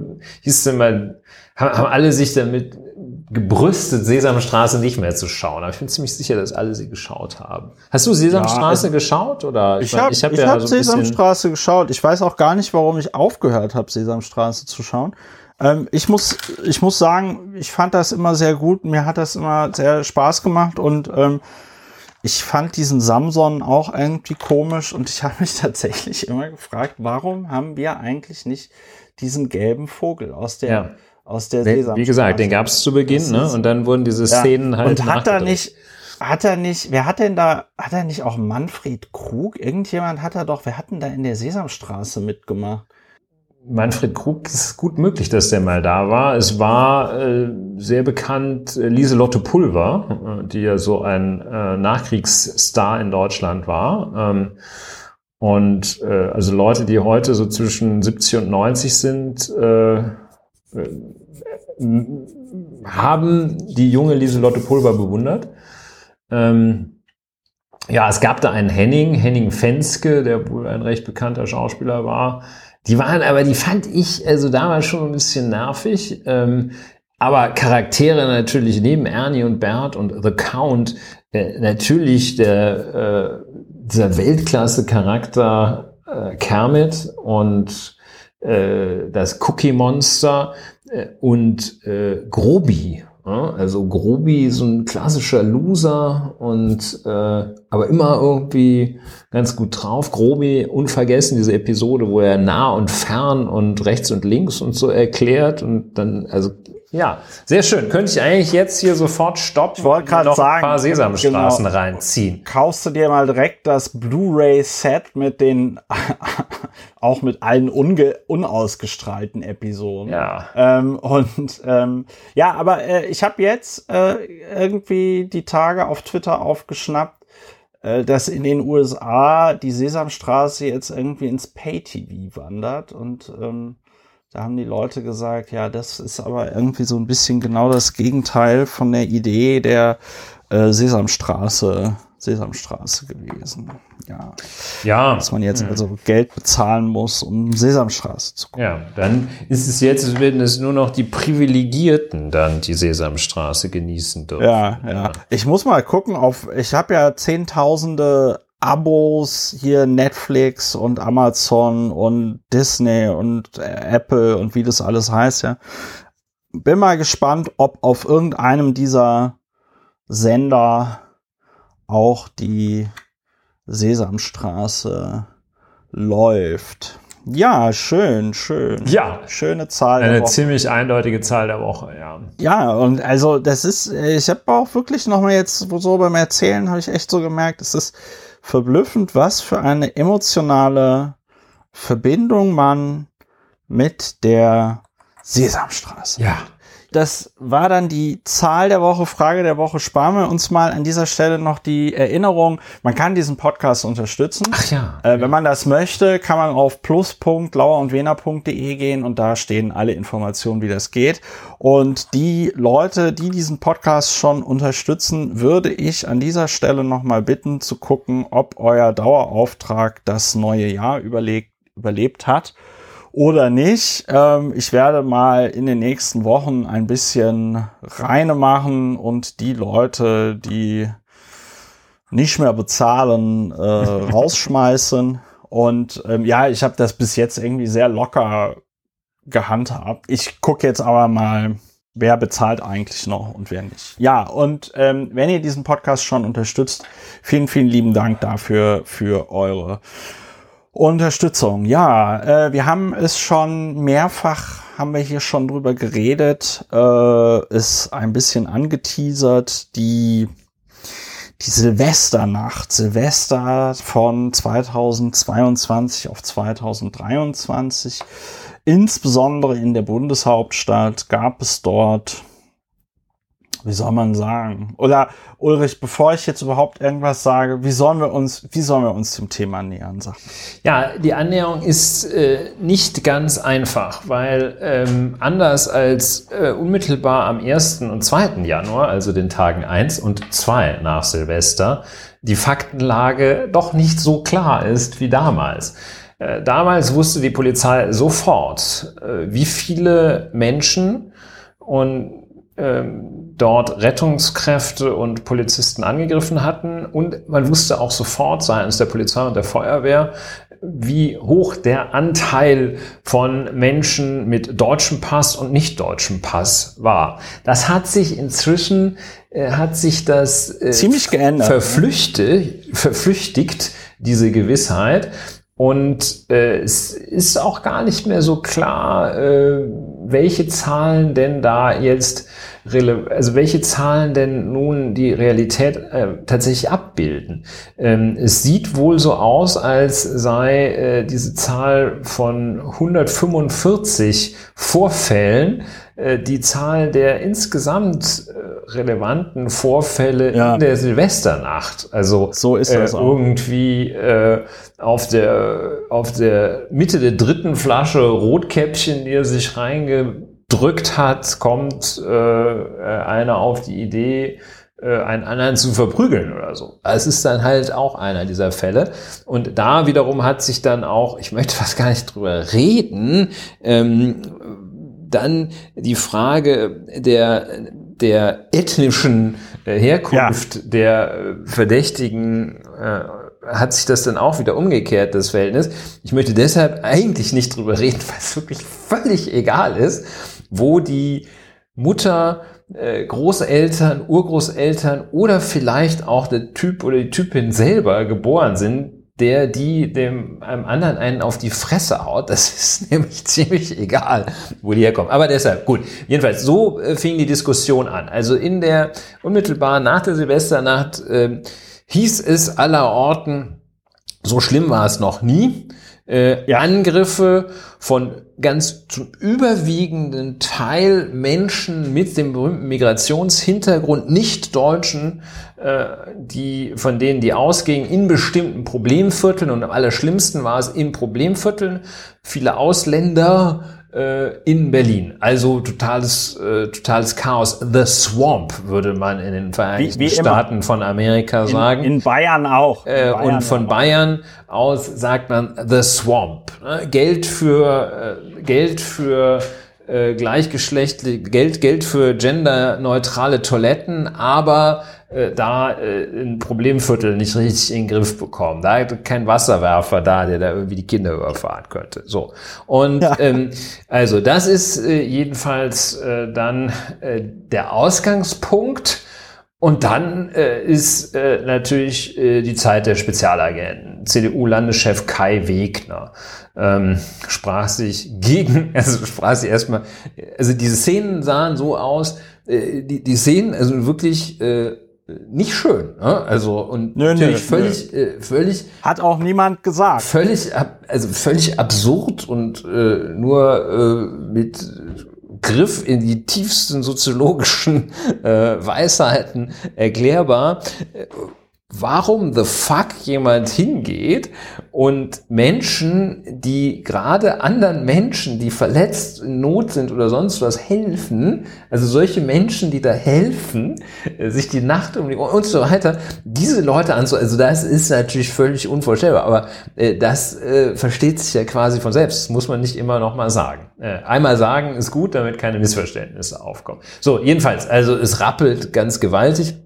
haben alle sich damit gebrüstet, Sesamstraße nicht mehr zu schauen. Aber ich bin ziemlich sicher, dass alle sie geschaut haben. Hast du Sesamstraße geschaut? Oder? Ich hab Sesamstraße geschaut. Ich weiß auch gar nicht, warum ich aufgehört habe, Sesamstraße zu schauen. Ich muss sagen, ich fand das immer sehr gut. Mir hat das immer sehr Spaß gemacht und ich fand diesen Samson auch irgendwie komisch und ich habe mich tatsächlich immer gefragt, warum haben wir eigentlich nicht diesen gelben Vogel aus der Sesamstraße? Wie gesagt, den gab es zu Beginn, ne? Und dann wurden diese Szenen halt und hat er nicht, wer hat denn da, hat er nicht auch Manfred Krug? Irgendjemand wer hat denn da in der Sesamstraße mitgemacht? Manfred Krug, ist gut möglich, dass der mal da war. Es war sehr bekannt Lieselotte Pulver, die ja so ein Nachkriegsstar in Deutschland war. Also Leute, die heute so zwischen 70 und 90 sind, haben die junge Lieselotte Pulver bewundert. Es gab da einen Henning Fenske, der wohl ein recht bekannter Schauspieler war. Die fand ich also damals schon ein bisschen nervig. Aber Charaktere natürlich neben Ernie und Bert und The Count, natürlich dieser Weltklasse-Charakter Kermit und das Cookie Monster und Grobi. Also Grobi, so ein klassischer Loser und aber immer irgendwie ganz gut drauf. Grobi, unvergessen, diese Episode, wo er nah und fern und rechts und links und so erklärt und dann, also Ja, sehr schön. Könnte ich eigentlich jetzt hier sofort stoppen ich wollte gerade noch sagen, ein paar Sesamstraßen reinziehen. Kaufst du dir mal direkt das Blu-ray-Set mit den auch mit allen unausgestrahlten Episoden. Ja. Aber ich habe jetzt irgendwie die Tage auf Twitter aufgeschnappt, dass in den USA die Sesamstraße jetzt irgendwie ins Pay-TV wandert und da haben die Leute gesagt, ja, das ist aber irgendwie so ein bisschen genau das Gegenteil von der Idee der Sesamstraße gewesen. Ja. Dass man jetzt also Geld bezahlen muss, um Sesamstraße zu gucken. Ja, dann ist es jetzt, werden es nur noch die Privilegierten dann die Sesamstraße genießen dürfen. Ja. Ich muss mal gucken ich habe ja Zehntausende Abos hier, Netflix und Amazon und Disney und Apple und wie das alles heißt, ja. Bin mal gespannt, ob auf irgendeinem dieser Sender auch die Sesamstraße läuft. Ja, schön. Ja. Schöne Zahl. Eine ziemlich eindeutige Zahl der Woche, ja. Ja, und also ich habe auch wirklich nochmal jetzt so beim Erzählen habe ich echt so gemerkt, es ist verblüffend, was für eine emotionale Verbindung man mit der Sesamstraße. Ja. Das war dann die Zahl der Woche, Frage der Woche. Sparen wir uns mal an dieser Stelle noch die Erinnerung. Man kann diesen Podcast unterstützen. Ach ja. Wenn man das möchte, kann man auf plus.lauerundwener.de gehen und da stehen alle Informationen, wie das geht. Und die Leute, die diesen Podcast schon unterstützen, würde ich an dieser Stelle nochmal bitten zu gucken, ob euer Dauerauftrag das neue Jahr überlebt hat. Oder nicht. Ich werde mal in den nächsten Wochen ein bisschen reine machen und die Leute, die nicht mehr bezahlen, rausschmeißen. Und ich habe das bis jetzt irgendwie sehr locker gehandhabt. Ich gucke jetzt aber mal, wer bezahlt eigentlich noch und wer nicht. Ja, und wenn ihr diesen Podcast schon unterstützt, vielen, vielen lieben Dank dafür für eure Unterstützung. Ja, wir haben es schon mehrfach, haben wir hier schon drüber geredet, ist ein bisschen angeteasert, die Silvesternacht, Silvester von 2022 auf 2023, insbesondere in der Bundeshauptstadt gab es dort, wie soll man sagen? Oder Ulrich, bevor ich jetzt überhaupt irgendwas sage, wie sollen wir uns dem Thema nähern? Sag. Ja, die Annäherung ist nicht ganz einfach, weil anders als unmittelbar am 1. und 2. Januar, also den Tagen 1 und 2 nach Silvester, die Faktenlage doch nicht so klar ist wie damals. Damals wusste die Polizei sofort, wie viele Menschen und dort Rettungskräfte und Polizisten angegriffen hatten. Und man wusste auch sofort seitens der Polizei und der Feuerwehr, wie hoch der Anteil von Menschen mit deutschem Pass und nicht deutschem Pass war. Das hat sich inzwischen, ziemlich geändert, verflüchtigt, diese Gewissheit. Und es ist auch gar nicht mehr so klar, welche Zahlen denn da jetzt welche Zahlen denn nun die Realität tatsächlich abbilden. Es sieht wohl so aus, als sei diese Zahl von 145 Vorfällen die Zahl der insgesamt relevanten Vorfälle in der Silvesternacht. Also so ist das irgendwie auf der Mitte der 3. Flasche Rotkäppchen, die er sich reingedrückt hat, kommt einer auf die Idee, einen anderen zu verprügeln oder so. Es ist dann halt auch einer dieser Fälle. Und da wiederum hat sich dann auch, ich möchte fast gar nicht drüber reden, dann die Frage der ethnischen Herkunft der Verdächtigen hat sich das dann auch wieder umgekehrt, das Verhältnis. Ich möchte deshalb eigentlich nicht drüber reden, weil es wirklich völlig egal ist, wo die Mutter, Großeltern, Urgroßeltern oder vielleicht auch der Typ oder die Typin selber geboren sind. dem einem anderen einen auf die Fresse haut. Das ist nämlich ziemlich egal, wo die herkommen. Aber deshalb, gut. Jedenfalls, so fing die Diskussion an. Also in der unmittelbar nach der Silvesternacht hieß es allerorten, so schlimm war es noch nie. Angriffe von ganz zum überwiegenden Teil Menschen mit dem berühmten Migrationshintergrund, nicht Deutschen, von denen die ausgingen, in bestimmten Problemvierteln, und am allerschlimmsten war es in Problemvierteln, viele Ausländer in Berlin. Also totales Chaos. The Swamp, würde man in den Vereinigten Staaten von Amerika sagen. In Bayern auch. Und von Bayern aus sagt man The Swamp. Geld für gleichgeschlechtliche, Geld für genderneutrale Toiletten, aber ein Problemviertel nicht richtig in den Griff bekommen. Da hat kein Wasserwerfer da, der da irgendwie die Kinder überfahren könnte. So. Und also das ist jedenfalls dann der Ausgangspunkt. Und dann ist natürlich die Zeit der Spezialagenten. CDU-Landeschef Kai Wegner sprach sich erstmal, also diese Szenen sahen so aus, die Szenen, also wirklich nicht schön, ne? Also, und natürlich völlig hat auch niemand gesagt. Völlig absurd und nur mit Griff in die tiefsten soziologischen Weisheiten erklärbar, warum the fuck jemand hingeht und Menschen, die gerade anderen Menschen, die verletzt, in Not sind oder sonst was, helfen, also solche Menschen, die da helfen, sich die Nacht um die Ohren und so weiter, diese Leute also das ist natürlich völlig unvorstellbar, aber das versteht sich ja quasi von selbst, das muss man nicht immer noch mal sagen. Einmal sagen ist gut, damit keine Missverständnisse aufkommen. So, jedenfalls, also es rappelt ganz gewaltig.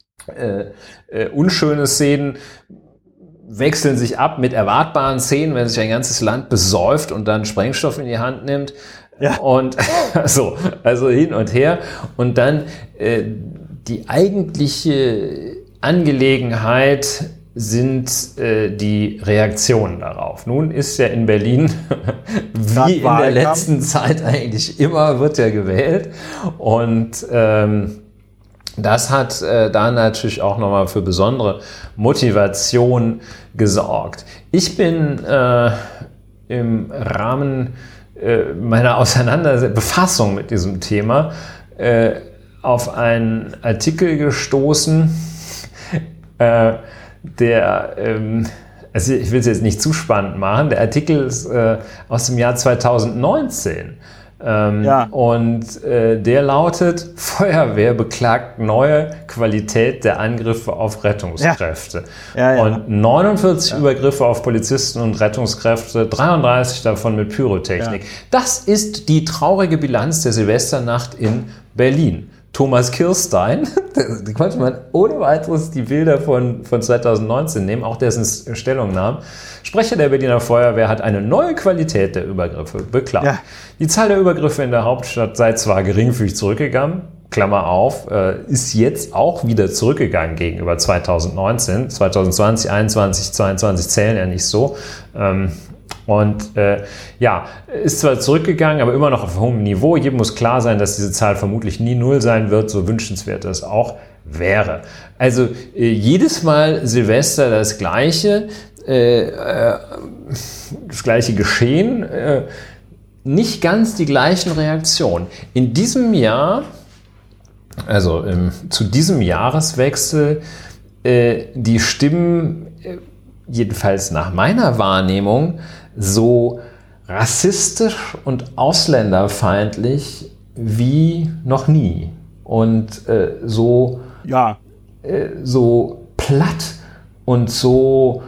Unschöne Szenen wechseln sich ab mit erwartbaren Szenen, wenn sich ein ganzes Land besäuft und dann Sprengstoff in die Hand nimmt. Ja. Und so, also hin und her. Und dann die eigentliche Angelegenheit sind die Reaktionen darauf. Nun ist ja in Berlin, wie in der letzten Zeit eigentlich immer, wird ja gewählt. Und das hat da natürlich auch nochmal für besondere Motivation gesorgt. Ich bin im Rahmen meiner Befassung mit diesem Thema auf einen Artikel gestoßen, der, also ich will es jetzt nicht zu spannend machen, der Artikel ist aus dem Jahr 2019. Und der lautet: Feuerwehr beklagt neue Qualität der Angriffe auf Rettungskräfte. Und 49 Übergriffe auf Polizisten und Rettungskräfte, 33 davon mit Pyrotechnik. Das ist die traurige Bilanz der Silvesternacht in Berlin. Thomas Kirstein, da konnte man ohne weiteres die Bilder von 2019 nehmen, auch dessen Stellungnahmen. Sprecher der Berliner Feuerwehr hat eine neue Qualität der Übergriffe beklagt. Ja. Die Zahl der Übergriffe in der Hauptstadt sei zwar geringfügig zurückgegangen, Klammer auf, ist jetzt auch wieder zurückgegangen gegenüber 2019. 2020, 21, 22 zählen ja nicht so. Ist zwar zurückgegangen, aber immer noch auf hohem Niveau. Jedem muss klar sein, dass diese Zahl vermutlich nie null sein wird, so wünschenswert das auch wäre. Also jedes Mal Silvester das gleiche Geschehen, nicht ganz die gleichen Reaktionen. In diesem Jahr, also zu diesem Jahreswechsel, die Stimmen, jedenfalls nach meiner Wahrnehmung, so rassistisch und ausländerfeindlich wie noch nie. Und so platt und so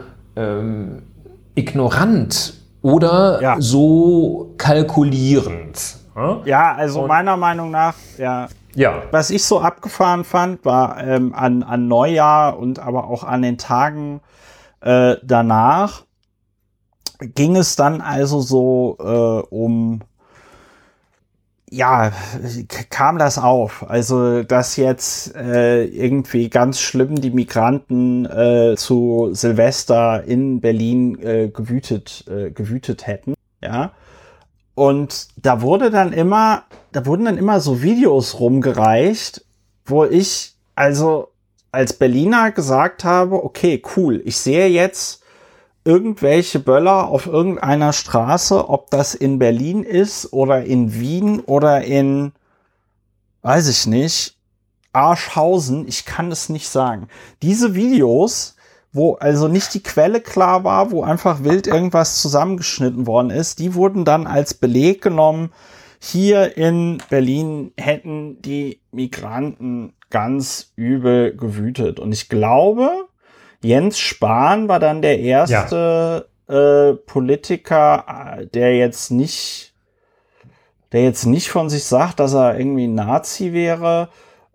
ignorant oder so kalkulierend. Ja, also meiner Meinung nach, was ich so abgefahren fand, war an Neujahr und aber auch an den Tagen danach ging es dann also so um ja, kam das auf. Also, dass jetzt irgendwie ganz schlimm die Migranten zu Silvester in Berlin gewütet hätten, ja. Und da wurden dann immer so Videos rumgereicht, wo ich also als Berliner gesagt habe, okay, cool, ich sehe jetzt irgendwelche Böller auf irgendeiner Straße, ob das in Berlin ist oder in Wien oder in, weiß ich nicht, Arschhausen, ich kann es nicht sagen. Diese Videos, wo also nicht die Quelle klar war, wo einfach wild irgendwas zusammengeschnitten worden ist, die wurden dann als Beleg genommen, hier in Berlin hätten die Migranten ganz übel gewütet. Und ich glaube, Jens Spahn war dann der erste Politiker, der jetzt nicht von sich sagt, dass er irgendwie ein Nazi wäre,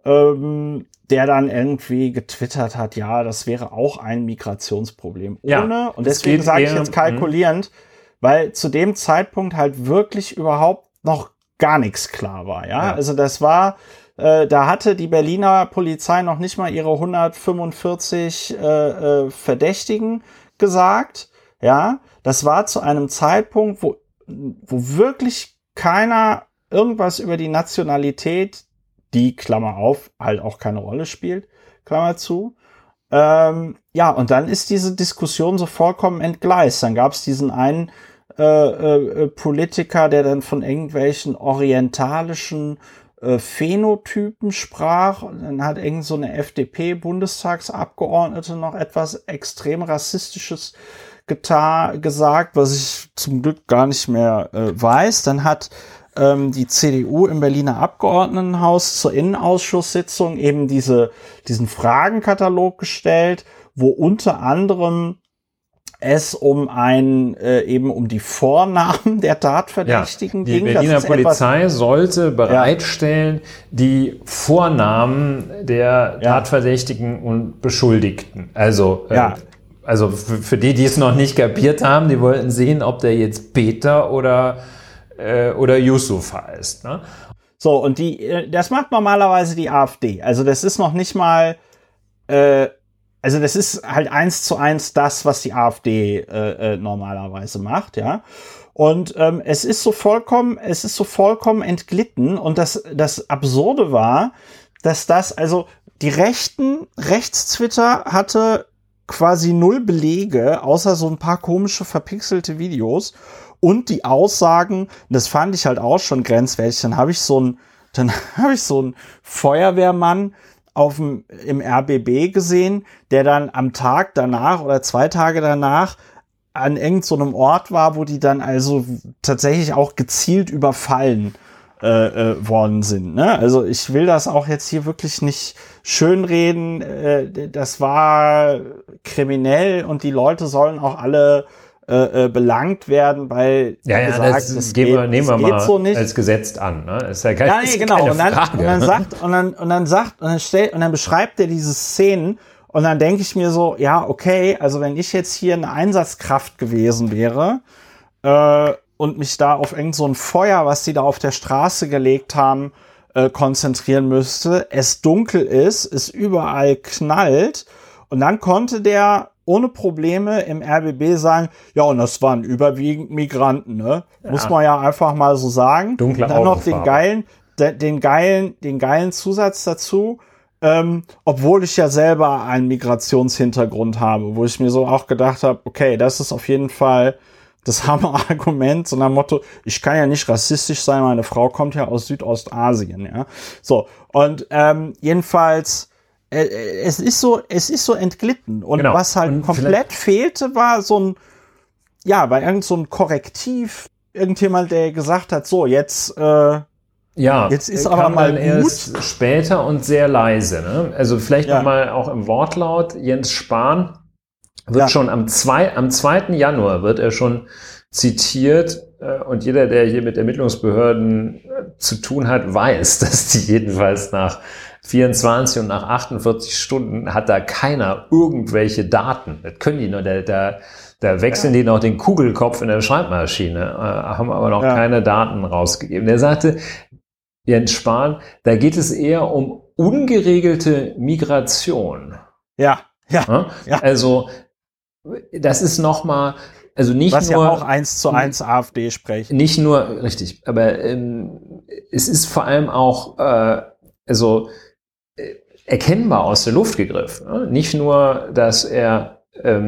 der dann irgendwie getwittert hat, ja, das wäre auch ein Migrationsproblem. Und deswegen sage ich jetzt kalkulierend, weil zu dem Zeitpunkt halt wirklich überhaupt noch gar nichts klar war. Ja? Also das war, da hatte die Berliner Polizei noch nicht mal ihre 145 Verdächtigen gesagt. Ja, das war zu einem Zeitpunkt, wo wirklich keiner irgendwas über die Nationalität, die, Klammer auf, halt auch keine Rolle spielt, Klammer zu. Ja, und dann ist diese Diskussion so vollkommen entgleist. Dann gab es diesen einen Politiker, der dann von irgendwelchen orientalischen Phänotypen sprach. Und dann hat irgend so eine FDP-Bundestagsabgeordnete noch etwas extrem Rassistisches gesagt, was ich zum Glück gar nicht mehr weiß. Dann hat die CDU im Berliner Abgeordnetenhaus zur Innenausschusssitzung eben diesen Fragenkatalog gestellt, wo unter anderem es um die Vornamen der Tatverdächtigen ging. Die Berliner Polizei sollte bereitstellen die Vornamen der Tatverdächtigen und Beschuldigten. Also für die es noch nicht kapiert haben, die wollten sehen, ob der jetzt Peter oder Yusuf heißt. Ne? So, und das macht normalerweise die AfD. Also das ist noch nicht mal also das ist halt 1:1 das, was die AfD normalerweise macht, ja. Und es ist so vollkommen entglitten. Und das Absurde war, dass also die Rechtstwitter hatte quasi 0 Belege, außer so ein paar komische verpixelte Videos und die Aussagen. Das fand ich halt auch schon grenzwertig. Dann habe ich so einen Feuerwehrmann im RBB gesehen, der dann am Tag danach oder 2 Tage danach an irgendeinem Ort war, wo die dann also tatsächlich auch gezielt überfallen worden sind. Ne? Also ich will das auch jetzt hier wirklich nicht schönreden. Das war kriminell und die Leute sollen auch alle belangt werden, weil das nehmen wir mal so nicht als gesetzt an, ne? Ist ja keine, genau. Und dann beschreibt er diese Szenen und dann denke ich mir so, ja, okay, also wenn ich jetzt hier eine Einsatzkraft gewesen wäre und mich da auf irgend so ein Feuer, was die da auf der Straße gelegt haben, konzentrieren müsste, es dunkel ist, es überall knallt und dann konnte der ohne Probleme im RBB sagen, ja, und das waren überwiegend Migranten, ne? Ja. Muss man ja einfach mal so sagen. Dunkle und dann noch den geilen Zusatz dazu, obwohl ich ja selber einen Migrationshintergrund habe, wo ich mir so auch gedacht habe, okay, das ist auf jeden Fall das Hammerargument, so nach dem Motto, ich kann ja nicht rassistisch sein, meine Frau kommt ja aus Südostasien, ja. So, und jedenfalls es ist so entglitten. Und was halt komplett fehlte, war war irgend so ein Korrektiv. Irgendjemand, der gesagt hat, so, jetzt ist aber mal gut. Erst später und sehr leise. Ne? Also vielleicht nochmal auch im Wortlaut. Jens Spahn wird schon am 2. Januar wird er schon zitiert. Und jeder, der hier mit Ermittlungsbehörden zu tun hat, weiß, dass die jedenfalls nach 24 und nach 48 Stunden hat da keiner irgendwelche Daten. Das können die nur, da wechseln die noch den Kugelkopf in der Schreibmaschine, haben aber noch keine Daten rausgegeben. Der sagte, Jens Spahn, da geht es eher um ungeregelte Migration. Ja. Also das ist nochmal, also nicht was nur... Was ja auch 1:1 AfD spricht. Nicht nur, richtig, aber es ist vor allem auch erkennbar aus der Luft gegriffen. Ne? Nicht nur, dass er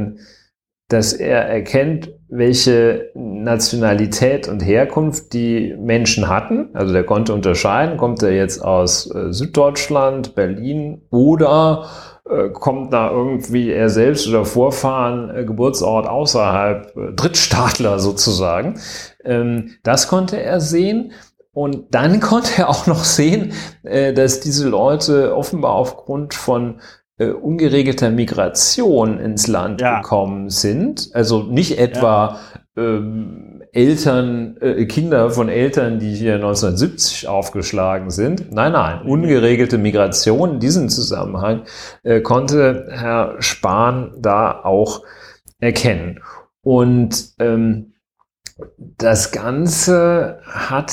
erkennt, welche Nationalität und Herkunft die Menschen hatten. Also der konnte unterscheiden, kommt er jetzt aus Süddeutschland, Berlin oder kommt da irgendwie er selbst oder Vorfahren, Geburtsort außerhalb, Drittstaatler sozusagen. Das konnte er sehen. Und dann konnte er auch noch sehen, dass diese Leute offenbar aufgrund von ungeregelter Migration ins Land gekommen sind. Also nicht etwa Kinder von Eltern, die hier 1970 aufgeschlagen sind. Nein, ungeregelte Migration. In diesem Zusammenhang konnte Herr Spahn da auch erkennen. Und das Ganze hat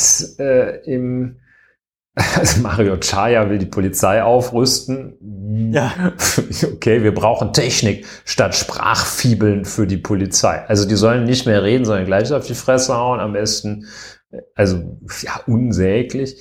also Mario Chaya will die Polizei aufrüsten. Ja. Okay, wir brauchen Technik statt Sprachfibeln für die Polizei. Also die sollen nicht mehr reden, sondern gleich auf die Fresse hauen. Am besten, unsäglich.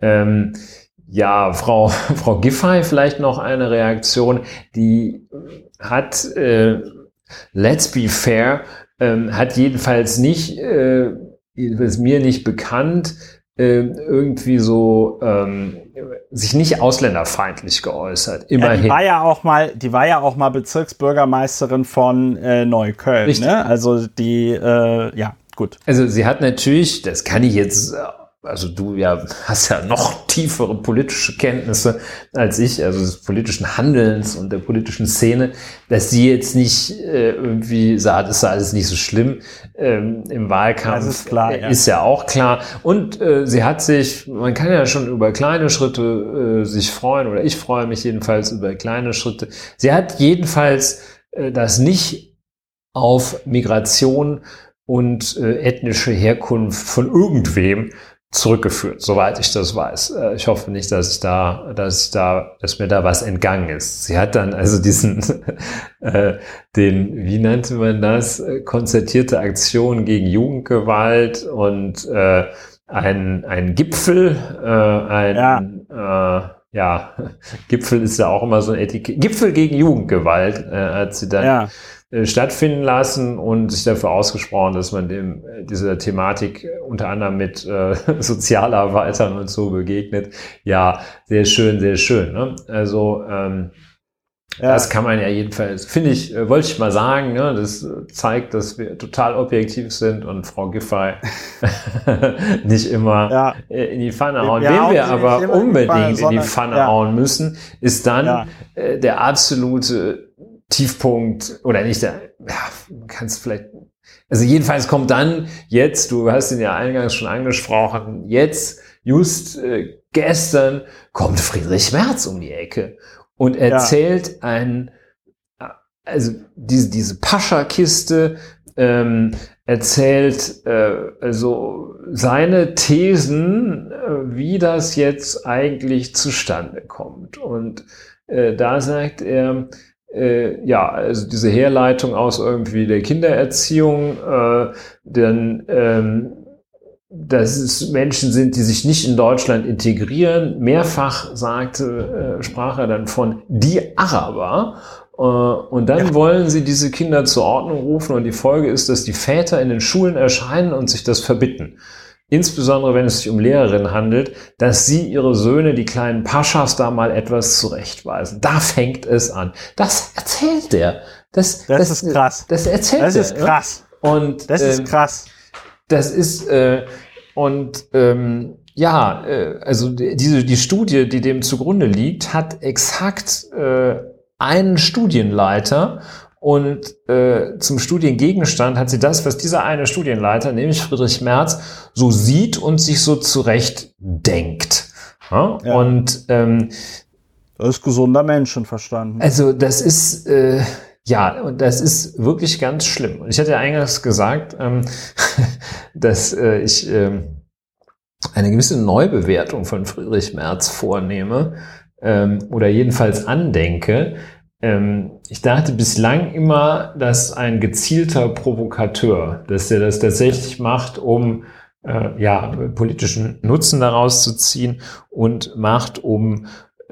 Frau Giffey vielleicht noch eine Reaktion. Die hat, let's be fair, hat jedenfalls nicht, ist mir nicht bekannt, irgendwie so sich nicht ausländerfeindlich geäußert. Immerhin. Ja, die war ja auch mal Bezirksbürgermeisterin von Neukölln. Richtig. Ne? Also gut. Also sie hat natürlich, das kann ich jetzt, also du hast ja noch tiefere politische Kenntnisse als ich, also des politischen Handelns und der politischen Szene, dass sie jetzt nicht irgendwie sagt, ist alles nicht so schlimm im Wahlkampf. Das ist klar, ist ja auch klar. Und sie hat sich, man kann ja schon über kleine Schritte sich freuen, oder ich freue mich jedenfalls über kleine Schritte. Sie hat jedenfalls das nicht auf Migration und ethnische Herkunft von irgendwem zurückgeführt, soweit ich das weiß. Ich hoffe nicht, dass mir da was entgangen ist. Sie hat dann also diesen, wie nannte man das, konzertierte Aktion gegen Jugendgewalt und ein Gipfel, Gipfel ist ja auch immer so ein Etikett. Gipfel gegen Jugendgewalt hat sie dann stattfinden lassen und sich dafür ausgesprochen, dass man dieser Thematik unter anderem mit Sozialarbeitern und so begegnet. Ja, sehr schön, sehr schön. Ne? Also das kann man ja jedenfalls, finde ich, wollte ich mal sagen, ne? Das zeigt, dass wir total objektiv sind und Frau Giffey nicht immer in die Pfanne hauen. Wen wir aber unbedingt in die Pfanne hauen müssen, ist dann der absolute Tiefpunkt, oder nicht, man kann es vielleicht, also jedenfalls kommt dann jetzt, du hast ihn ja eingangs schon angesprochen, jetzt, just gestern, kommt Friedrich Merz um die Ecke und erzählt also diese Pascha-Kiste, erzählt also seine Thesen, wie das jetzt eigentlich zustande kommt. Und da sagt er, also diese Herleitung aus irgendwie der Kindererziehung, dass es Menschen sind, die sich nicht in Deutschland integrieren. Mehrfach sprach er dann von die Araber. Und dann wollen sie diese Kinder zur Ordnung rufen und die Folge ist, dass die Väter in den Schulen erscheinen und sich das verbitten. Insbesondere, wenn es sich um Lehrerinnen handelt, dass sie ihre Söhne, die kleinen Paschas, da mal etwas zurechtweisen. Da fängt es an. Das erzählt er. Das ist krass. Das erzählt er. Das ist krass. Und das ist krass. Das ist also die Studie, die dem zugrunde liegt, hat exakt einen Studienleiter. Und zum Studiengegenstand hat sie das, was dieser eine Studienleiter, nämlich Friedrich Merz, so sieht und sich so zurecht denkt. Ja? Und das ist gesunder Menschenverstand. Also das ist und das ist wirklich ganz schlimm. Und ich hatte ja eingangs gesagt, dass ich eine gewisse Neubewertung von Friedrich Merz vornehme oder jedenfalls andenke. Ich dachte bislang immer, dass ein gezielter Provokateur, dass er das tatsächlich macht, um politischen Nutzen daraus zu ziehen und macht, um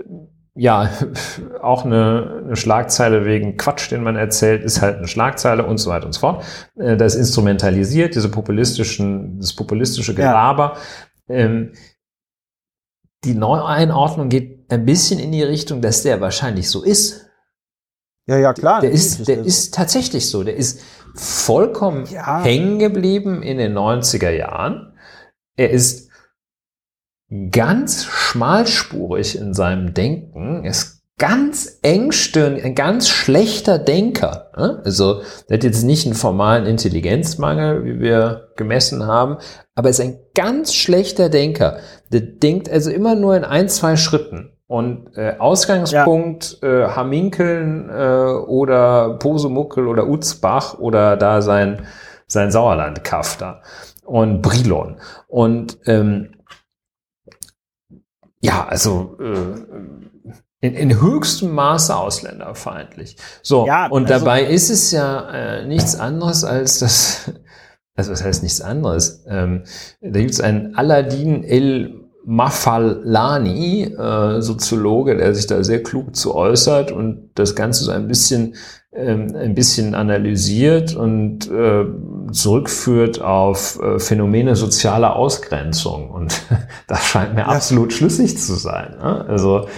auch eine Schlagzeile wegen Quatsch, den man erzählt, ist halt eine Schlagzeile und so weiter und so fort. Das instrumentalisiert, das populistische Gelaber. Die Neueinordnung geht ein bisschen in die Richtung, dass der wahrscheinlich so ist. Ja, klar. Der ist tatsächlich so. Der ist vollkommen hängen geblieben in den 90er Jahren. Er ist ganz schmalspurig in seinem Denken. Er ist ganz engstirnig, ein ganz schlechter Denker. Also, der hat jetzt nicht einen formalen Intelligenzmangel, wie wir gemessen haben, aber er ist ein ganz schlechter Denker. Der denkt also immer nur in 1-2 Schritten. Und Ausgangspunkt Haminkeln oder Posemuckel oder Utzbach oder da sein Sauerland-Kaff da und Brilon. Und in höchstem Maße ausländerfeindlich. So, und dabei ist es ja nichts anderes als das, also was heißt nichts anderes? Da gibt es einen Aladin Mafalani, Soziologe, der sich da sehr klug zu äußert und das Ganze so ein bisschen analysiert und zurückführt auf Phänomene sozialer Ausgrenzung. Und das scheint mir absolut schlüssig zu sein. Ne? Also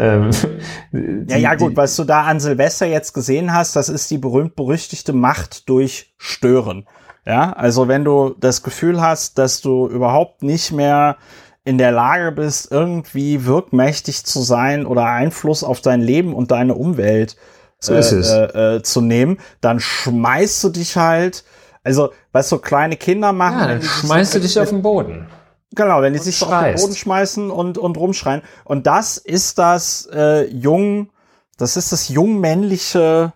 gut, was du da an Silvester jetzt gesehen hast, das ist die berühmt-berüchtigte Macht durch Stören. Ja, also wenn du das Gefühl hast, dass du überhaupt nicht mehr in der Lage bist, irgendwie wirkmächtig zu sein oder Einfluss auf dein Leben und deine Umwelt zu nehmen, dann schmeißt du dich halt, also, was so kleine Kinder machen. Ja, dann schmeißt du dich auf den Boden. Genau, wenn die sich auf den Boden schmeißen und rumschreien. Und das ist das jungmännliche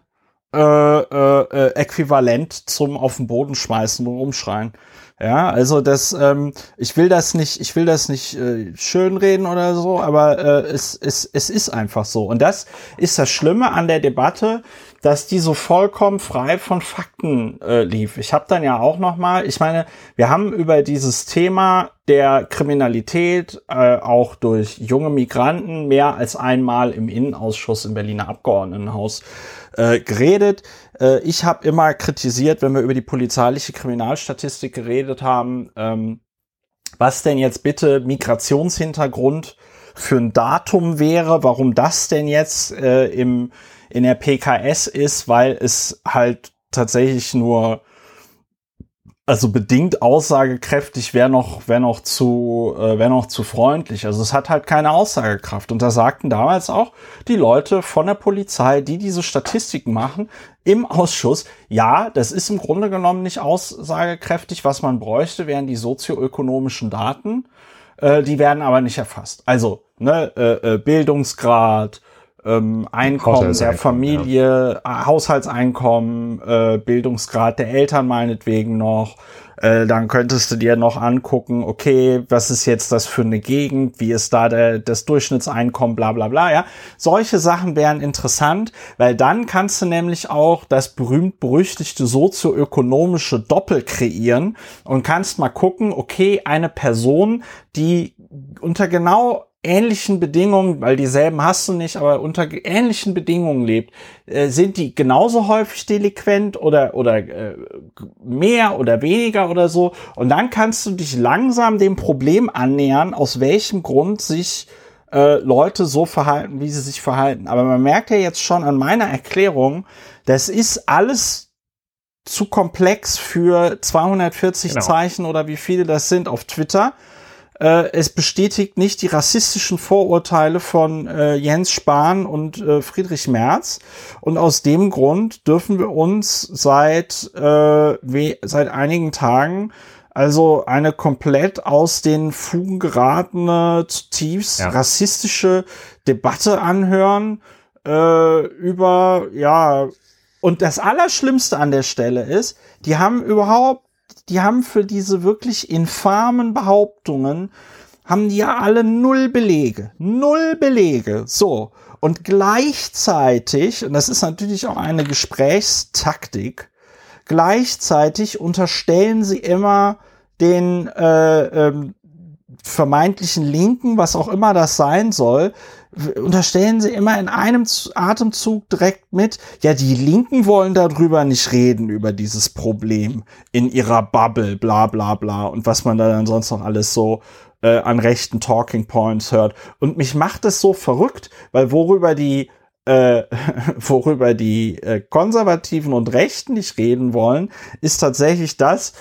Äquivalent zum auf den Boden schmeißen und rumschreien. Ja, also ich will das nicht schönreden oder so, aber es ist einfach so. Und das ist das Schlimme an der Debatte, dass die so vollkommen frei von Fakten lief. Ich habe dann ja auch ich meine, wir haben über dieses Thema der Kriminalität auch durch junge Migranten mehr als einmal im Innenausschuss im Berliner Abgeordnetenhaus geredet. Ich habe immer kritisiert, wenn wir über die polizeiliche Kriminalstatistik geredet haben, was denn jetzt bitte Migrationshintergrund für ein Datum wäre, warum das denn jetzt in der PKS ist, weil es halt tatsächlich nur, also bedingt aussagekräftig wäre noch zu freundlich. Also es hat halt keine Aussagekraft. Und da sagten damals auch die Leute von der Polizei, die diese Statistiken machen, im Ausschuss, ja, das ist im Grunde genommen nicht aussagekräftig. Was man bräuchte, wären die sozioökonomischen Daten. Die werden aber nicht erfasst. Also Bildungsgrad, Einkommen der Familie, Haushaltseinkommen, Bildungsgrad der Eltern meinetwegen noch. Dann könntest du dir noch angucken, okay, was ist jetzt das für eine Gegend, wie ist da das Durchschnittseinkommen, bla bla bla, ja. Solche Sachen wären interessant, weil dann kannst du nämlich auch das berühmt-berüchtigte sozioökonomische Doppel kreieren und kannst mal gucken, okay, eine Person, die unter genau ähnlichen Bedingungen, weil dieselben hast du nicht, aber unter ähnlichen Bedingungen lebt, sind die genauso häufig delinquent oder mehr oder weniger oder so. Und dann kannst du dich langsam dem Problem annähern, aus welchem Grund sich Leute so verhalten, wie sie sich verhalten. Aber man merkt ja jetzt schon an meiner Erklärung, das ist alles zu komplex für 240 Zeichen oder wie viele das sind auf Twitter. Es bestätigt nicht die rassistischen Vorurteile von Jens Spahn und Friedrich Merz. Und aus dem Grund dürfen wir uns seit einigen Tagen also eine komplett aus den Fugen geratene, zutiefst rassistische Debatte anhören und das Allerschlimmste an der Stelle ist, die haben für diese wirklich infamen Behauptungen haben die ja alle null Belege. Null Belege. So. Und gleichzeitig, und das ist natürlich auch eine Gesprächstaktik, gleichzeitig unterstellen sie immer den vermeintlichen Linken, was auch immer das sein soll, unterstellen sie immer in einem Atemzug direkt mit, ja, die Linken wollen darüber nicht reden, über dieses Problem in ihrer Bubble, bla bla bla, und was man da dann sonst noch alles so an rechten Talking Points hört. Und mich macht es so verrückt, weil worüber die Konservativen und Rechten nicht reden wollen, ist tatsächlich das,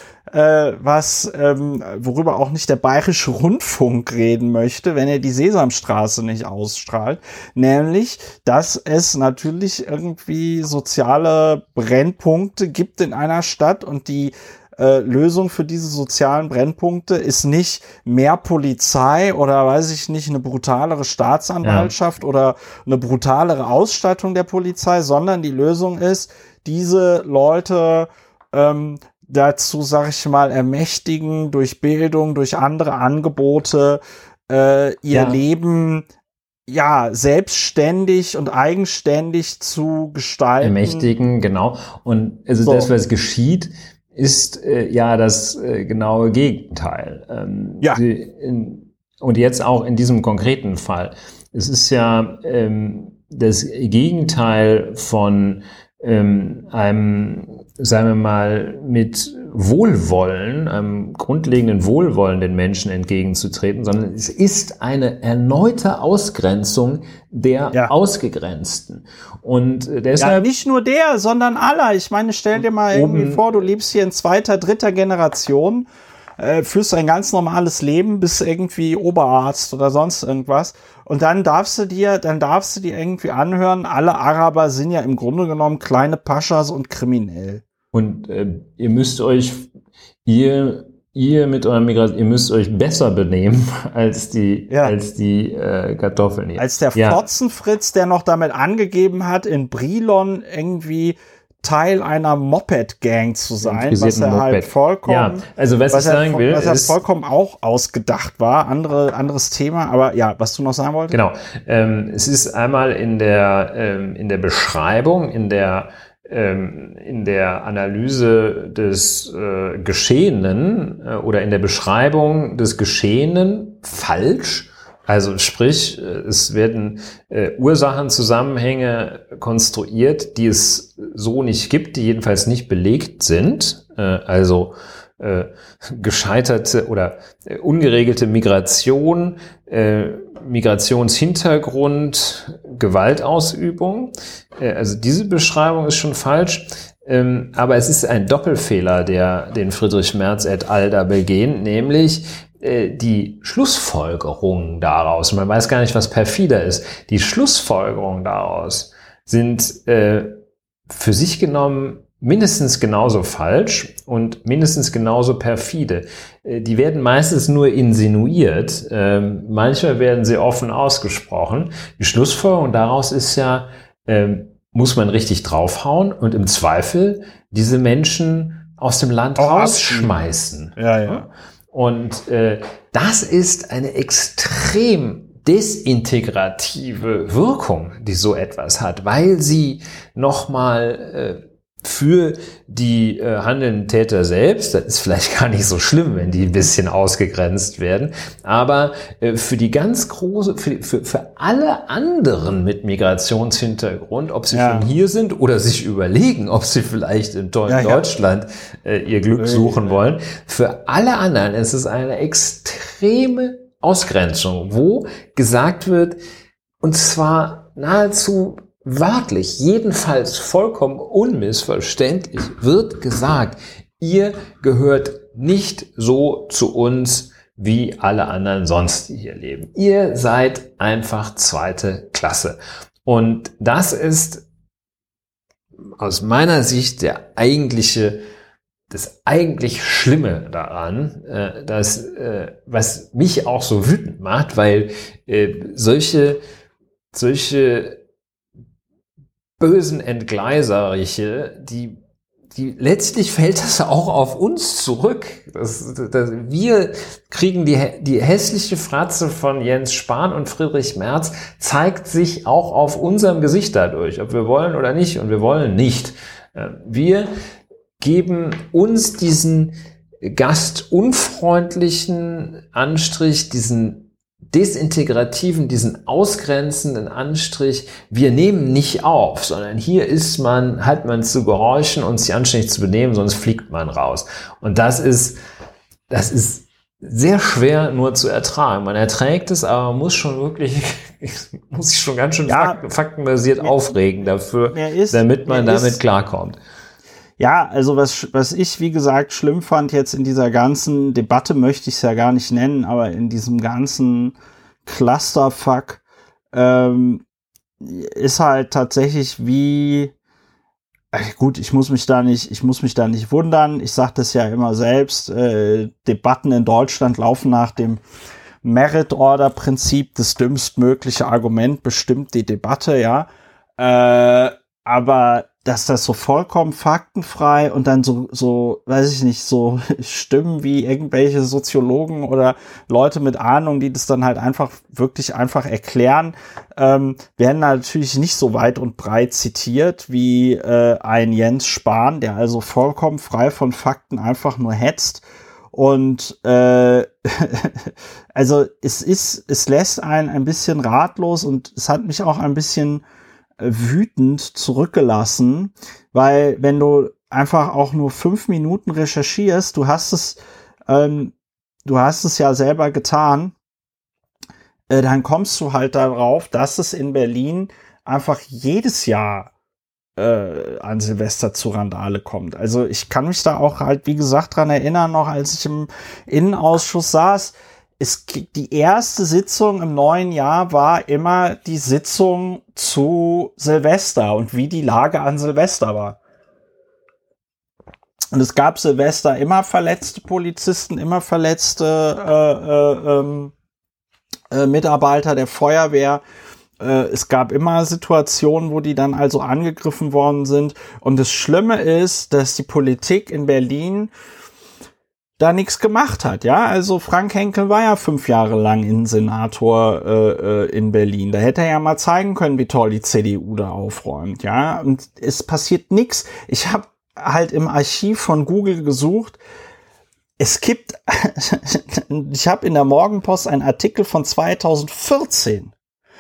worüber auch nicht der Bayerische Rundfunk reden möchte, wenn er die Sesamstraße nicht ausstrahlt, nämlich, dass es natürlich irgendwie soziale Brennpunkte gibt in einer Stadt und die Lösung für diese sozialen Brennpunkte ist nicht mehr Polizei oder weiß ich nicht, eine brutalere Staatsanwaltschaft oder eine brutalere Ausstattung der Polizei, sondern die Lösung ist, diese Leute dazu, sag ich mal, ermächtigen durch Bildung, durch andere Angebote, ihr Leben selbstständig und eigenständig zu gestalten. Ermächtigen, genau. Und also das, was geschieht, ist das genaue Gegenteil. Und jetzt auch in diesem konkreten Fall. Es ist ja das Gegenteil von einem, sagen wir mal, mit Wohlwollen, einem grundlegenden Wohlwollen den Menschen entgegenzutreten, sondern es ist eine erneute Ausgrenzung der Ausgegrenzten. Und deshalb... Ja, nicht nur der, sondern aller. Ich meine, stell dir mal irgendwie vor, du lebst hier in 2., 3. Generation, führst ein ganz normales Leben, bist irgendwie Oberarzt oder sonst irgendwas. Und dann darfst du dir irgendwie anhören, alle Araber sind ja im Grunde genommen kleine Paschas und kriminell. Und ihr müsst euch mit eurem Migration, ihr müsst euch besser benehmen als die Kartoffeln hier. Als der Fotzenfritz, der noch damit angegeben hat, in Brilon irgendwie Teil einer Moped-Gang zu sein, was er halt vollkommen, vollkommen auch ausgedacht war. Anderes Thema, aber ja, was du noch sagen wolltest? Genau. Es ist einmal in der Beschreibung, in der Analyse des Geschehenen oder in der Beschreibung des Geschehenen falsch. Also sprich, es werden Ursachenzusammenhänge konstruiert, die es so nicht gibt, die jedenfalls nicht belegt sind. Gescheiterte oder ungeregelte Migration, Migrationshintergrund, Gewaltausübung. Also diese Beschreibung ist schon falsch. Aber es ist ein Doppelfehler, den Friedrich Merz et al. Da begehen, nämlich die Schlussfolgerungen daraus, man weiß gar nicht, was perfider ist, die Schlussfolgerungen daraus sind für sich genommen mindestens genauso falsch und mindestens genauso perfide. Die werden meistens nur insinuiert, manchmal werden sie offen ausgesprochen. Die Schlussfolgerung daraus ist ja, muss man richtig draufhauen und im Zweifel diese Menschen aus dem Land rausschmeißen. Ja. Und das ist eine extrem desintegrative Wirkung, die so etwas hat, weil sie nochmal für die handelnden Täter selbst, das ist vielleicht gar nicht so schlimm, wenn die ein bisschen ausgegrenzt werden, aber für die ganz große, für alle anderen mit Migrationshintergrund, ob sie schon hier sind oder sich überlegen, ob sie vielleicht in Deutschland ihr Glück suchen wollen, für alle anderen ist es eine extreme Ausgrenzung, wo gesagt wird, und zwar nahezu wörtlich, jedenfalls vollkommen unmissverständlich, wird gesagt, ihr gehört nicht so zu uns wie alle anderen sonst, die hier leben. Ihr seid einfach zweite Klasse. Und das ist aus meiner Sicht das eigentlich Schlimme daran, was mich auch so wütend macht, weil solche bösen Entgleiseriche, die letztlich fällt das auch auf uns zurück. Wir kriegen die hässliche Fratze von Jens Spahn und Friedrich Merz, zeigt sich auch auf unserem Gesicht dadurch, ob wir wollen oder nicht. Und wir wollen nicht. Wir geben uns diesen gastunfreundlichen Anstrich, diesen desintegrativen, diesen ausgrenzenden Anstrich, wir nehmen nicht auf, sondern hier hat man zu gehorchen und sich anständig zu benehmen, sonst fliegt man raus. Und das ist sehr schwer nur zu ertragen. Man erträgt es, aber man muss sich schon ganz schön faktenbasiert aufregen dafür, damit man damit klarkommt. Ja, also was ich, wie gesagt, schlimm fand jetzt in dieser ganzen Debatte, möchte ich es ja gar nicht nennen, aber in diesem ganzen Clusterfuck ist halt tatsächlich gut, ich muss mich da nicht wundern. Ich sage das ja immer selbst. Debatten in Deutschland laufen nach dem Merit-Order-Prinzip. Das dümmstmögliche Argument bestimmt die Debatte, ja. Aber dass das so vollkommen faktenfrei und dann so, weiß ich nicht, so Stimmen wie irgendwelche Soziologen oder Leute mit Ahnung, die das dann halt wirklich einfach erklären, werden natürlich nicht so weit und breit zitiert wie ein Jens Spahn, der also vollkommen frei von Fakten einfach nur hetzt. Und also es lässt einen ein bisschen ratlos und es hat mich auch ein bisschen wütend zurückgelassen, weil wenn du einfach auch nur 5 Minuten recherchierst, du hast es ja selber getan, dann kommst du halt darauf, dass es in Berlin einfach jedes Jahr an Silvester zu Randale kommt. Also ich kann mich da auch halt, wie gesagt, dran erinnern, noch als ich im Innenausschuss saß, die erste Sitzung im neuen Jahr war immer die Sitzung zu Silvester und wie die Lage an Silvester war. Und es gab Silvester immer verletzte Polizisten, immer verletzte Mitarbeiter der Feuerwehr. Es gab immer Situationen, wo die dann also angegriffen worden sind. Und das Schlimme ist, dass die Politik in Berlin da nichts gemacht hat, ja. Also Frank Henkel war ja 5 Jahre lang Innensenator in Berlin. Da hätte er ja mal zeigen können, wie toll die CDU da aufräumt, ja. Und es passiert nichts. Ich habe halt im Archiv von Google gesucht. Ich habe in der Morgenpost einen Artikel von 2014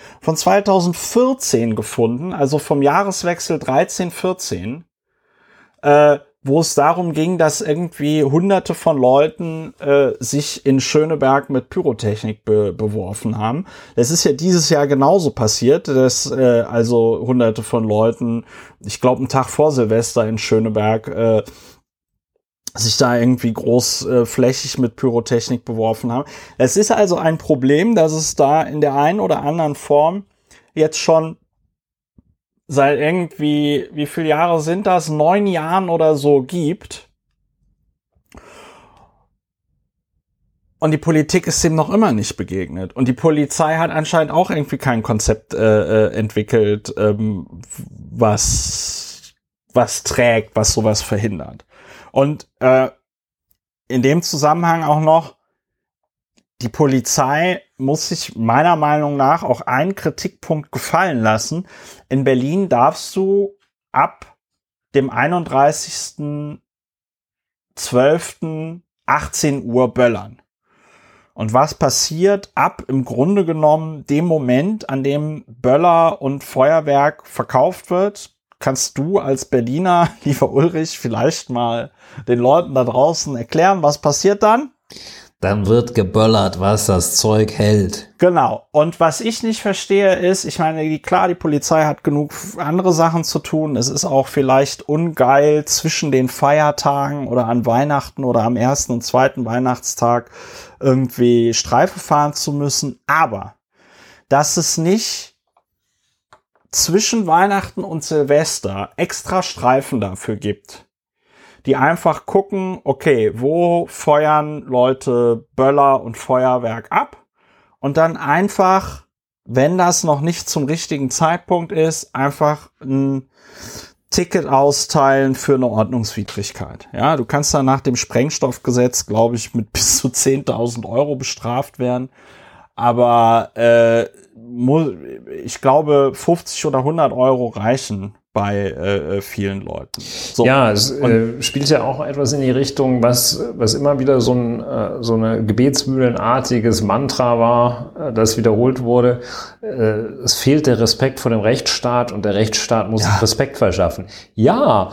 gefunden, also vom Jahreswechsel 13/14, wo es darum ging, dass irgendwie Hunderte von Leuten sich in Schöneberg mit Pyrotechnik beworfen haben. Das ist ja dieses Jahr genauso passiert, dass also Hunderte von Leuten, ich glaube einen Tag vor Silvester in Schöneberg, sich da irgendwie großflächig mit Pyrotechnik beworfen haben. Es ist also ein Problem, dass es da in der einen oder anderen Form jetzt schon seit irgendwie, wie viele Jahre sind das? 9 Jahren oder so gibt. Und die Politik ist dem noch immer nicht begegnet. Und die Polizei hat anscheinend auch irgendwie kein Konzept entwickelt, was trägt, was sowas verhindert. Und in dem Zusammenhang auch noch, die Polizei muss sich meiner Meinung nach auch einen Kritikpunkt gefallen lassen. In Berlin darfst du ab dem 31.12. 18 Uhr böllern. Und was passiert ab im Grunde genommen dem Moment, an dem Böller und Feuerwerk verkauft wird? Kannst du als Berliner, lieber Ulrich, vielleicht mal den Leuten da draußen erklären, was passiert dann? Dann wird geböllert, was das Zeug hält. Genau. Und was ich nicht verstehe ist, ich meine, klar, die Polizei hat genug andere Sachen zu tun. Es ist auch vielleicht ungeil, zwischen den Feiertagen oder an Weihnachten oder am 1. und 2. Weihnachtstag irgendwie Streife fahren zu müssen. Aber dass es nicht zwischen Weihnachten und Silvester extra Streifen dafür gibt, die einfach gucken, okay, wo feuern Leute Böller und Feuerwerk ab? Und dann einfach, wenn das noch nicht zum richtigen Zeitpunkt ist, einfach ein Ticket austeilen für eine Ordnungswidrigkeit. Ja, du kannst dann nach dem Sprengstoffgesetz, glaube ich, mit bis zu 10.000 Euro bestraft werden. Aber ich glaube, 50 oder 100 Euro reichen bei vielen Leuten. So. Ja, es spielt ja auch etwas in die Richtung, was immer wieder so eine gebetsmühlenartiges Mantra war, das wiederholt wurde. Es fehlt der Respekt vor dem Rechtsstaat und der Rechtsstaat muss sich Respekt verschaffen. Ja,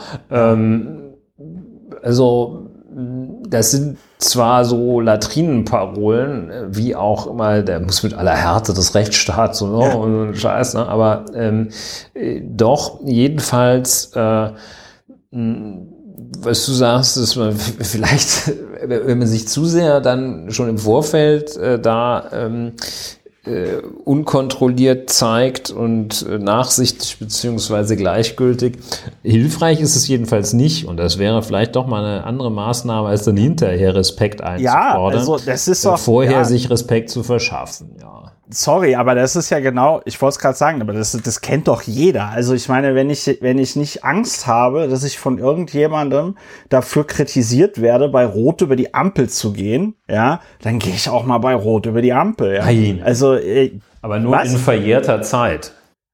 also das sind zwar so Latrinenparolen, wie auch immer, der muss mit aller Härte des Rechtsstaats und so ein Scheiß, ne? Aber doch, jedenfalls, was du sagst, ist man vielleicht, wenn man sich zu sehr dann schon im Vorfeld unkontrolliert zeigt und nachsichtig beziehungsweise gleichgültig. Hilfreich ist es jedenfalls nicht und das wäre vielleicht doch mal eine andere Maßnahme, als dann hinterher Respekt einzufordern. Ja, also das ist doch vorher sich Respekt zu verschaffen, ja. Sorry, aber das ist ja genau, ich wollte es gerade sagen, aber das kennt doch jeder. Also ich meine, wenn ich nicht Angst habe, dass ich von irgendjemandem dafür kritisiert werde, bei Rot über die Ampel zu gehen, ja, dann gehe ich auch mal bei Rot über die Ampel. Ja. Nein. Also, aber nur in verjährter Zeit.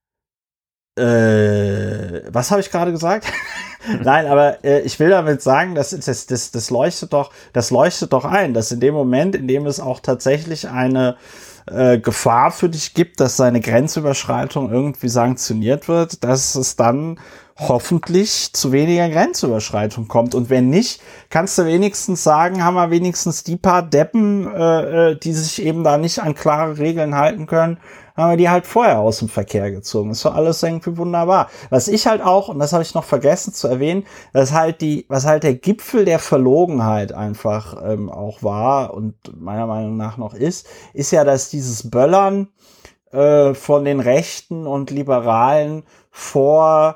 Was habe ich gerade gesagt? Nein, aber ich will damit sagen, das leuchtet doch ein, dass in dem Moment, in dem es auch tatsächlich eine Gefahr für dich gibt, dass seine Grenzüberschreitung irgendwie sanktioniert wird, dass es dann hoffentlich zu weniger Grenzüberschreitung kommt. Und wenn nicht, kannst du wenigstens sagen, haben wir wenigstens die paar Deppen, die sich eben da nicht an klare Regeln halten können, haben wir die halt vorher aus dem Verkehr gezogen. Das war alles irgendwie wunderbar. Was ich halt auch, und das habe ich noch vergessen zu erwähnen, was halt der Gipfel der Verlogenheit einfach auch war und meiner Meinung nach noch ist ja, dass dieses Böllern von den Rechten und Liberalen vor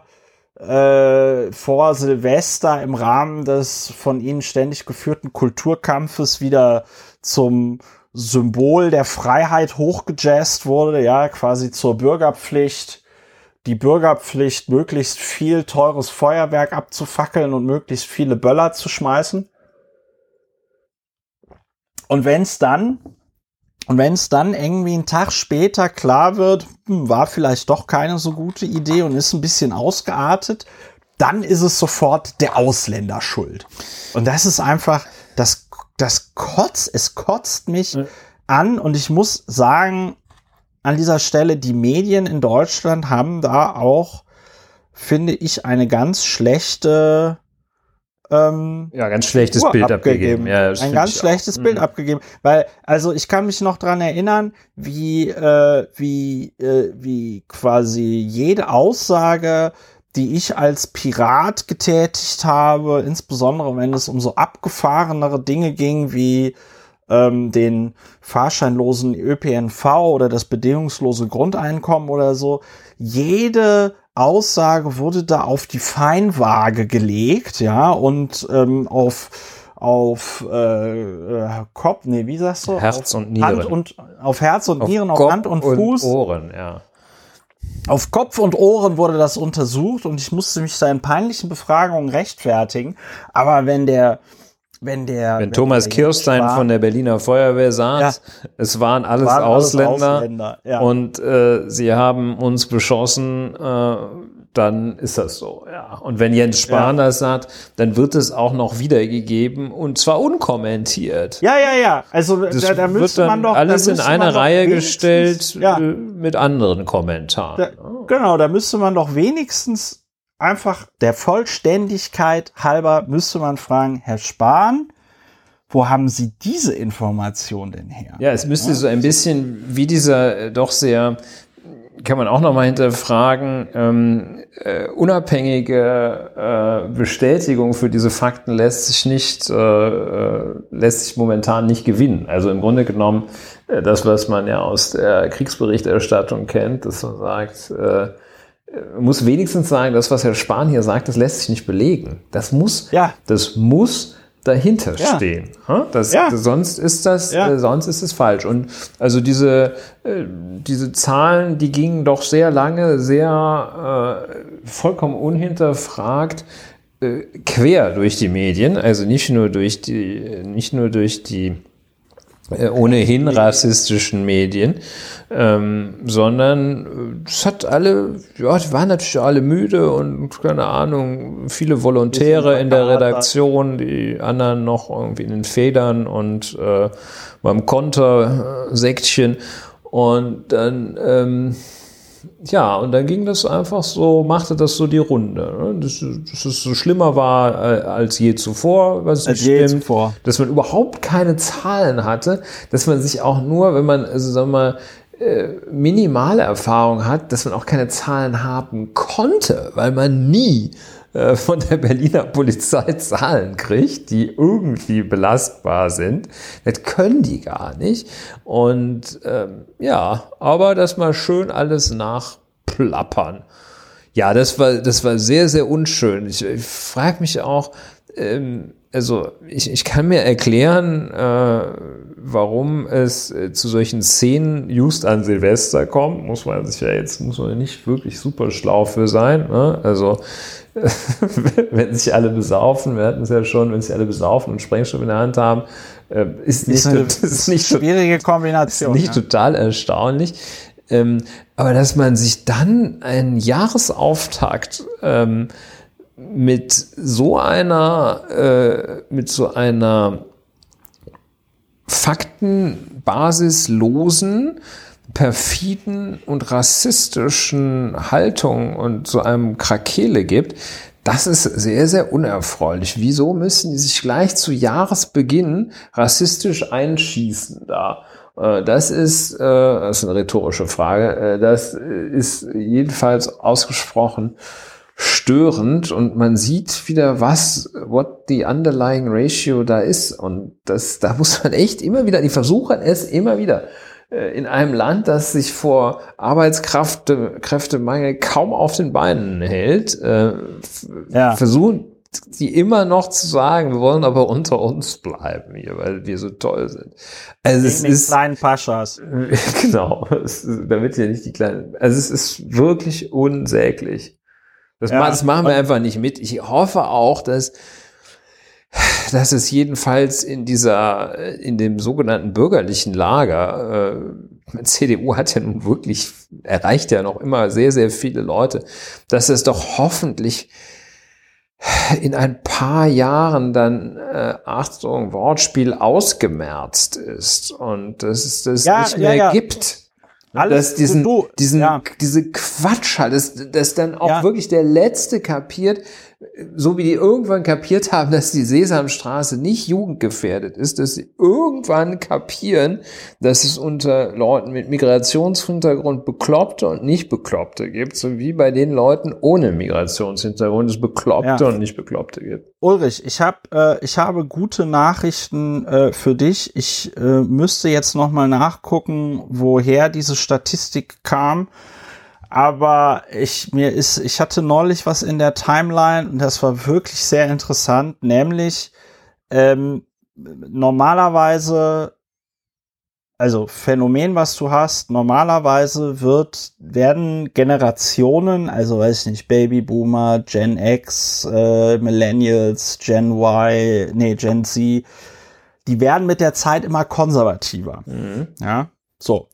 Silvester im Rahmen des von ihnen ständig geführten Kulturkampfes wieder zum Symbol der Freiheit hochgejazzt wurde, ja, quasi zur Bürgerpflicht. Die Bürgerpflicht, möglichst viel teures Feuerwerk abzufackeln und möglichst viele Böller zu schmeißen. Und wenn es dann irgendwie einen Tag später klar wird, war vielleicht doch keine so gute Idee und ist ein bisschen ausgeartet, dann ist es sofort der Ausländer schuld. Und das ist einfach, es kotzt mich an und ich muss sagen, an dieser Stelle, die Medien in Deutschland haben da auch, finde ich, eine ganz schlechte ganz schlechtes Bild abgegeben. Ja, ein ganz schlechtes Bild abgegeben, weil, also ich kann mich noch dran erinnern, wie quasi jede Aussage, die ich als Pirat getätigt habe, insbesondere wenn es um so abgefahrenere Dinge ging, wie den fahrscheinlosen ÖPNV oder das bedingungslose Grundeinkommen oder so, jede Aussage wurde da auf die Feinwaage gelegt, ja, und auf Kopf, nee, wie sagst du? Herz und Nieren. Auf Herz und Nieren, auf Hand und Fuß. Und Ohren, ja. Auf Kopf und Ohren wurde das untersucht und ich musste mich da in peinlichen Befragungen rechtfertigen. Aber wenn Thomas Kirstein von der Berliner Feuerwehr sagt, es waren alles Ausländer ja. Und sie haben uns beschossen, dann ist das so. Ja. Und wenn Jens Spahn das sagt, dann wird es auch noch wiedergegeben und zwar unkommentiert. Ja. Also da müsste man doch alles in eine Reihe gestellt mit anderen Kommentaren. Genau, da müsste man doch wenigstens einfach der Vollständigkeit halber müsste man fragen, Herr Spahn, wo haben Sie diese Information denn her? Ja, es müsste so ein bisschen wie dieser doch sehr, kann man auch nochmal hinterfragen, unabhängige Bestätigung für diese Fakten lässt sich momentan nicht gewinnen. Also im Grunde genommen das, was man ja aus der Kriegsberichterstattung kennt, dass man sagt, muss wenigstens sagen, das, was Herr Spahn hier sagt, das lässt sich nicht belegen. Das muss dahinter stehen. Sonst ist es falsch. Und also diese Zahlen, die gingen doch sehr lange, sehr vollkommen unhinterfragt quer durch die Medien, also nicht nur durch die ohnehin rassistischen Medien, sondern es hat alle, die waren natürlich alle müde und keine Ahnung, viele Volontäre in der Redaktion, die anderen noch irgendwie in den Federn und beim Kontersäckchen und dann und dann ging das einfach so, machte das so die Runde. Dass es so schlimmer war als je zuvor, was nicht stimmt. Dass man überhaupt keine Zahlen hatte, dass man sich auch nur, wenn man, also sagen wir mal, minimale Erfahrung hat, dass man auch keine Zahlen haben konnte, weil man nie von der Berliner Polizei Zahlen kriegt, die irgendwie belastbar sind. Das können die gar nicht. Und aber das mal schön alles nachplappern. Ja, das war sehr, sehr unschön. Ich frage mich auch, ich kann mir erklären, warum es zu solchen Szenen just an Silvester kommt. Muss man nicht wirklich super schlau für sein. Ne? Also wenn sich alle besaufen, wir hatten es ja schon, wenn sich alle besaufen und Sprengstoff in der Hand haben, ist nicht schwierige Kombination. Ist nicht total erstaunlich. Aber dass man sich dann einen Jahresauftakt mit so einer faktenbasislosen, perfiden und rassistischen Haltung und so einem Krakele gibt, das ist sehr, sehr unerfreulich. Wieso müssen die sich gleich zu Jahresbeginn rassistisch einschießen da? Das ist eine rhetorische Frage. Das ist jedenfalls ausgesprochen störend und man sieht wieder, what the underlying ratio da ist. Und da muss man echt immer wieder, die versuchen es immer wieder, in einem Land, das sich vor Arbeitskräftemangel kaum auf den Beinen hält, versuchen die immer noch zu sagen, wir wollen aber unter uns bleiben hier, weil wir so toll sind. Also es ist kleinen Paschas. Genau, damit ja nicht die kleinen. Also es ist wirklich unsäglich. Das machen wir einfach nicht mit. Ich hoffe auch, dass es jedenfalls in dem sogenannten bürgerlichen Lager, CDU hat ja nun wirklich, erreicht ja noch immer sehr, sehr viele Leute, dass es doch hoffentlich in ein paar Jahren dann, Achtung, Wortspiel, ausgemerzt ist und dass es das nicht mehr gibt. Alles, dass diese Quatsch halt, dass dann auch wirklich der Letzte kapiert, so wie die irgendwann kapiert haben, dass die Sesamstraße nicht jugendgefährdet ist, dass sie irgendwann kapieren, dass es unter Leuten mit Migrationshintergrund Bekloppte und Nicht-Bekloppte gibt, so wie bei den Leuten ohne Migrationshintergrund es Bekloppte und Nicht-Bekloppte gibt. Ulrich, ich habe gute Nachrichten für dich. Ich müsste jetzt nochmal nachgucken, woher diese Statistik kam. Aber ich hatte neulich was in der Timeline und das war wirklich sehr interessant, nämlich normalerweise, also Phänomen, was du hast, normalerweise werden Generationen, also weiß ich nicht, Babyboomer, Gen X, Millennials, Gen Z, die werden mit der Zeit immer konservativer. Mhm. Ja, so.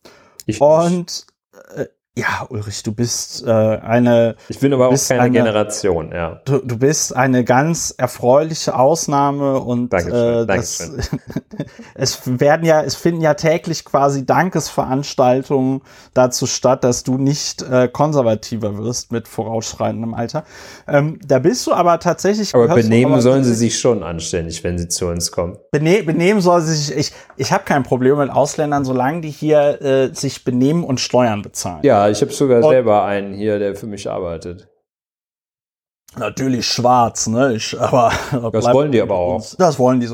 Ja, Ulrich, du bist Ich bin aber auch keine Generation, ja. Du bist eine ganz erfreuliche Ausnahme und Dankeschön. Es finden ja täglich quasi Dankesveranstaltungen dazu statt, dass du nicht konservativer wirst mit vorausschreitendem Alter. Da bist du aber tatsächlich. Aber benehmen sollen sie sich schon anständig, wenn sie zu uns kommen. Benehmen sollen sie sich. Ich habe kein Problem mit Ausländern, solange die hier sich benehmen und Steuern bezahlen. Ja, ich habe sogar selber einen hier, der für mich arbeitet. Natürlich schwarz, ne? Das wollen die aber auch. Das wollen die so.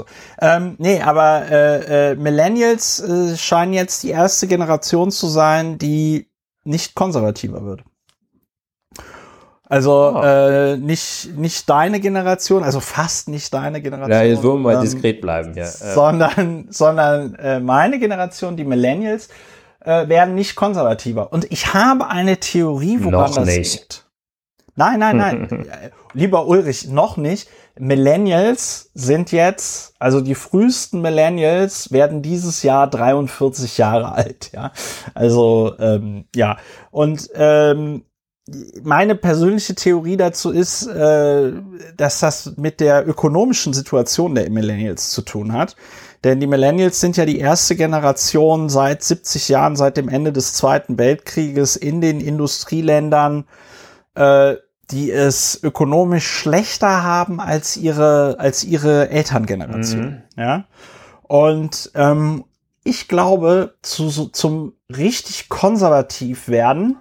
Aber Millennials scheinen jetzt die erste Generation zu sein, die nicht konservativer wird. Also nicht deine Generation, also fast nicht deine Generation. Ja, jetzt wollen wir mal diskret bleiben. Ja. Sondern meine Generation, die Millennials, werden nicht konservativer. Und ich habe eine Theorie, woran das liegt. Nein. Lieber Ulrich, noch nicht. Millennials sind jetzt, also die frühesten Millennials werden dieses Jahr 43 Jahre alt. Ja, also ja. Und meine persönliche Theorie dazu ist, dass das mit der ökonomischen Situation der Millennials zu tun hat. Denn die Millennials sind ja die erste Generation seit 70 Jahren, seit dem Ende des Zweiten Weltkrieges in den Industrieländern, die es ökonomisch schlechter haben als ihre Elterngeneration. Ja? Und ich glaube, zum richtig konservativ werden,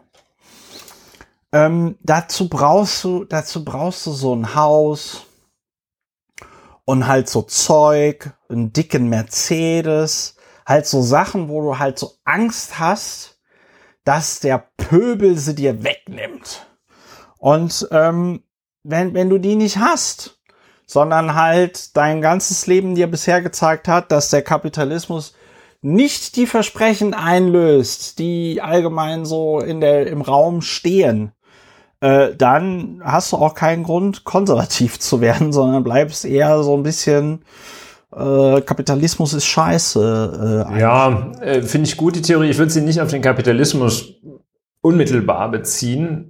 dazu brauchst du so ein Haus und halt so Zeug, einen dicken Mercedes, halt so Sachen, wo du halt so Angst hast, dass der Pöbel sie dir wegnimmt. Und wenn du die nicht hast, sondern halt dein ganzes Leben dir bisher gezeigt hat, dass der Kapitalismus nicht die Versprechen einlöst, die allgemein so im Raum stehen, dann hast du auch keinen Grund, konservativ zu werden, sondern bleibst eher so ein bisschen Kapitalismus ist scheiße. Ja, finde ich gut, die Theorie. Ich würde sie nicht auf den Kapitalismus unmittelbar beziehen,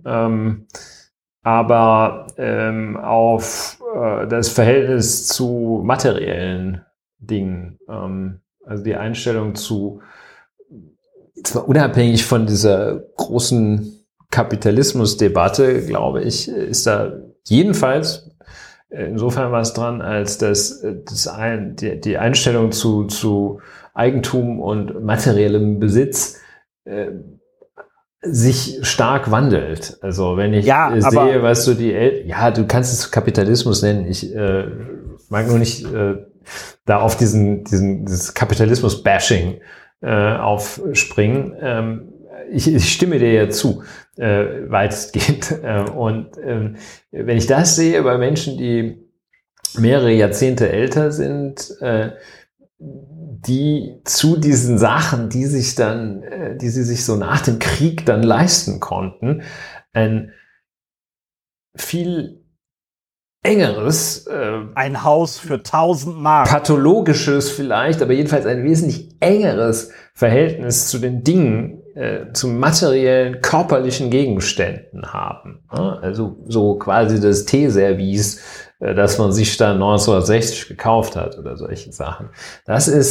aber auf das Verhältnis zu materiellen Dingen. Also die Einstellung zu, zwar unabhängig von dieser großen Kapitalismusdebatte, glaube ich, ist da jedenfalls insofern was dran, als dass die Einstellung zu Eigentum und materiellem Besitz sich stark wandelt. Also wenn ich sehe, was du du kannst es Kapitalismus nennen. Ich mag nur nicht da auf dieses Kapitalismus-Bashing aufspringen. Ich stimme dir ja zu, weitestgehend. Und wenn ich das sehe bei Menschen, die mehrere Jahrzehnte älter sind, die zu diesen Sachen, die sie sich so nach dem Krieg dann leisten konnten, ein viel engeres, ein Haus für 1000 Mark. Pathologisches vielleicht, aber jedenfalls ein wesentlich engeres Verhältnis zu den Dingen, zu materiellen, körperlichen Gegenständen haben. Also so quasi das Teeservice, das man sich dann 1960 gekauft hat oder solche Sachen. Das ist,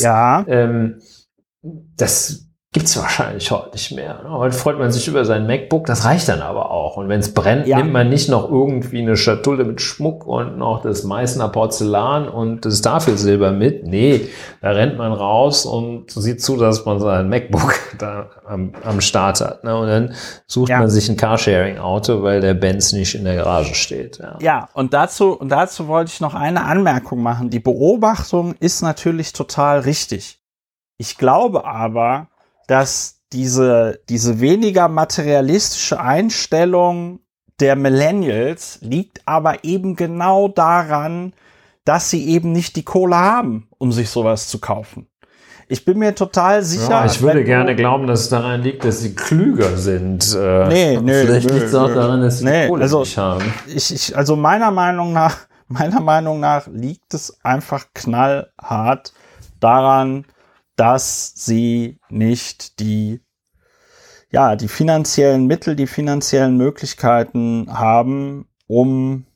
das gibt's wahrscheinlich heute nicht mehr. Heute freut man sich über sein MacBook, das reicht dann aber auch. Und wenn es brennt, nimmt man nicht noch irgendwie eine Schatulle mit Schmuck und noch das Meißner Porzellan und das Tafelsilber mit. Nee, da rennt man raus und sieht zu, dass man sein MacBook da am Start hat. Und dann sucht man sich ein Carsharing-Auto, weil der Benz nicht in der Garage steht. Ja, und dazu wollte ich noch eine Anmerkung machen. Die Beobachtung ist natürlich total richtig. Ich glaube aber, dass diese weniger materialistische Einstellung der Millennials liegt aber eben genau daran, dass sie eben nicht die Kohle haben, um sich sowas zu kaufen. Ich bin mir total sicher. Ja, ich würde gerne glauben, dass es daran liegt, dass sie klüger sind. Vielleicht liegt es auch daran, dass sie die Kohle nicht haben. Also meiner Meinung nach liegt es einfach knallhart daran, dass sie nicht die finanziellen Mittel, die finanziellen Möglichkeiten haben, um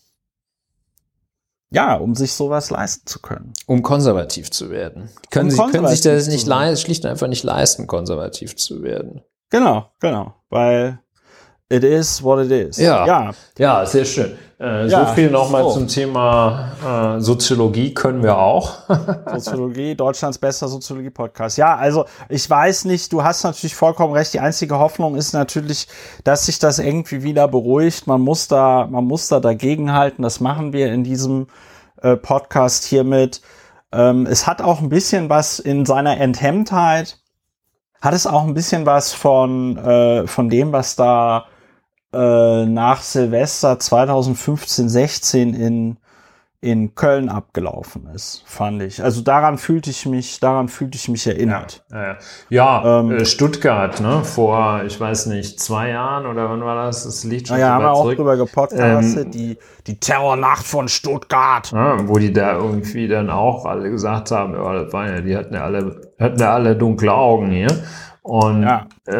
sich sowas leisten zu können. Um konservativ zu werden. Können sich das schlicht und einfach nicht leisten, konservativ zu werden. Genau. Weil it is what it is. Ja, sehr schön. So viel nochmal zum Thema Soziologie können wir auch. Soziologie, Deutschlands bester Soziologie-Podcast. Ja, also ich weiß nicht, du hast natürlich vollkommen recht. Die einzige Hoffnung ist natürlich, dass sich das irgendwie wieder beruhigt. Man muss da dagegenhalten. Das machen wir in diesem Podcast hiermit. Es hat auch ein bisschen was in seiner Enthemmtheit. Hat es auch ein bisschen was von dem, was da nach Silvester 2015/16 in Köln abgelaufen ist, fand ich. Also daran fühlte ich mich erinnert. Stuttgart, ne, vor, ich weiß nicht, 2 Jahren oder wann war das? Das liegt schon haben wir auch zurück. drüber gepodcastet, die Terrornacht von Stuttgart. Ja, wo die da irgendwie dann auch alle gesagt haben, ja, das waren ja, die hatten ja alle dunkle Augen hier. Und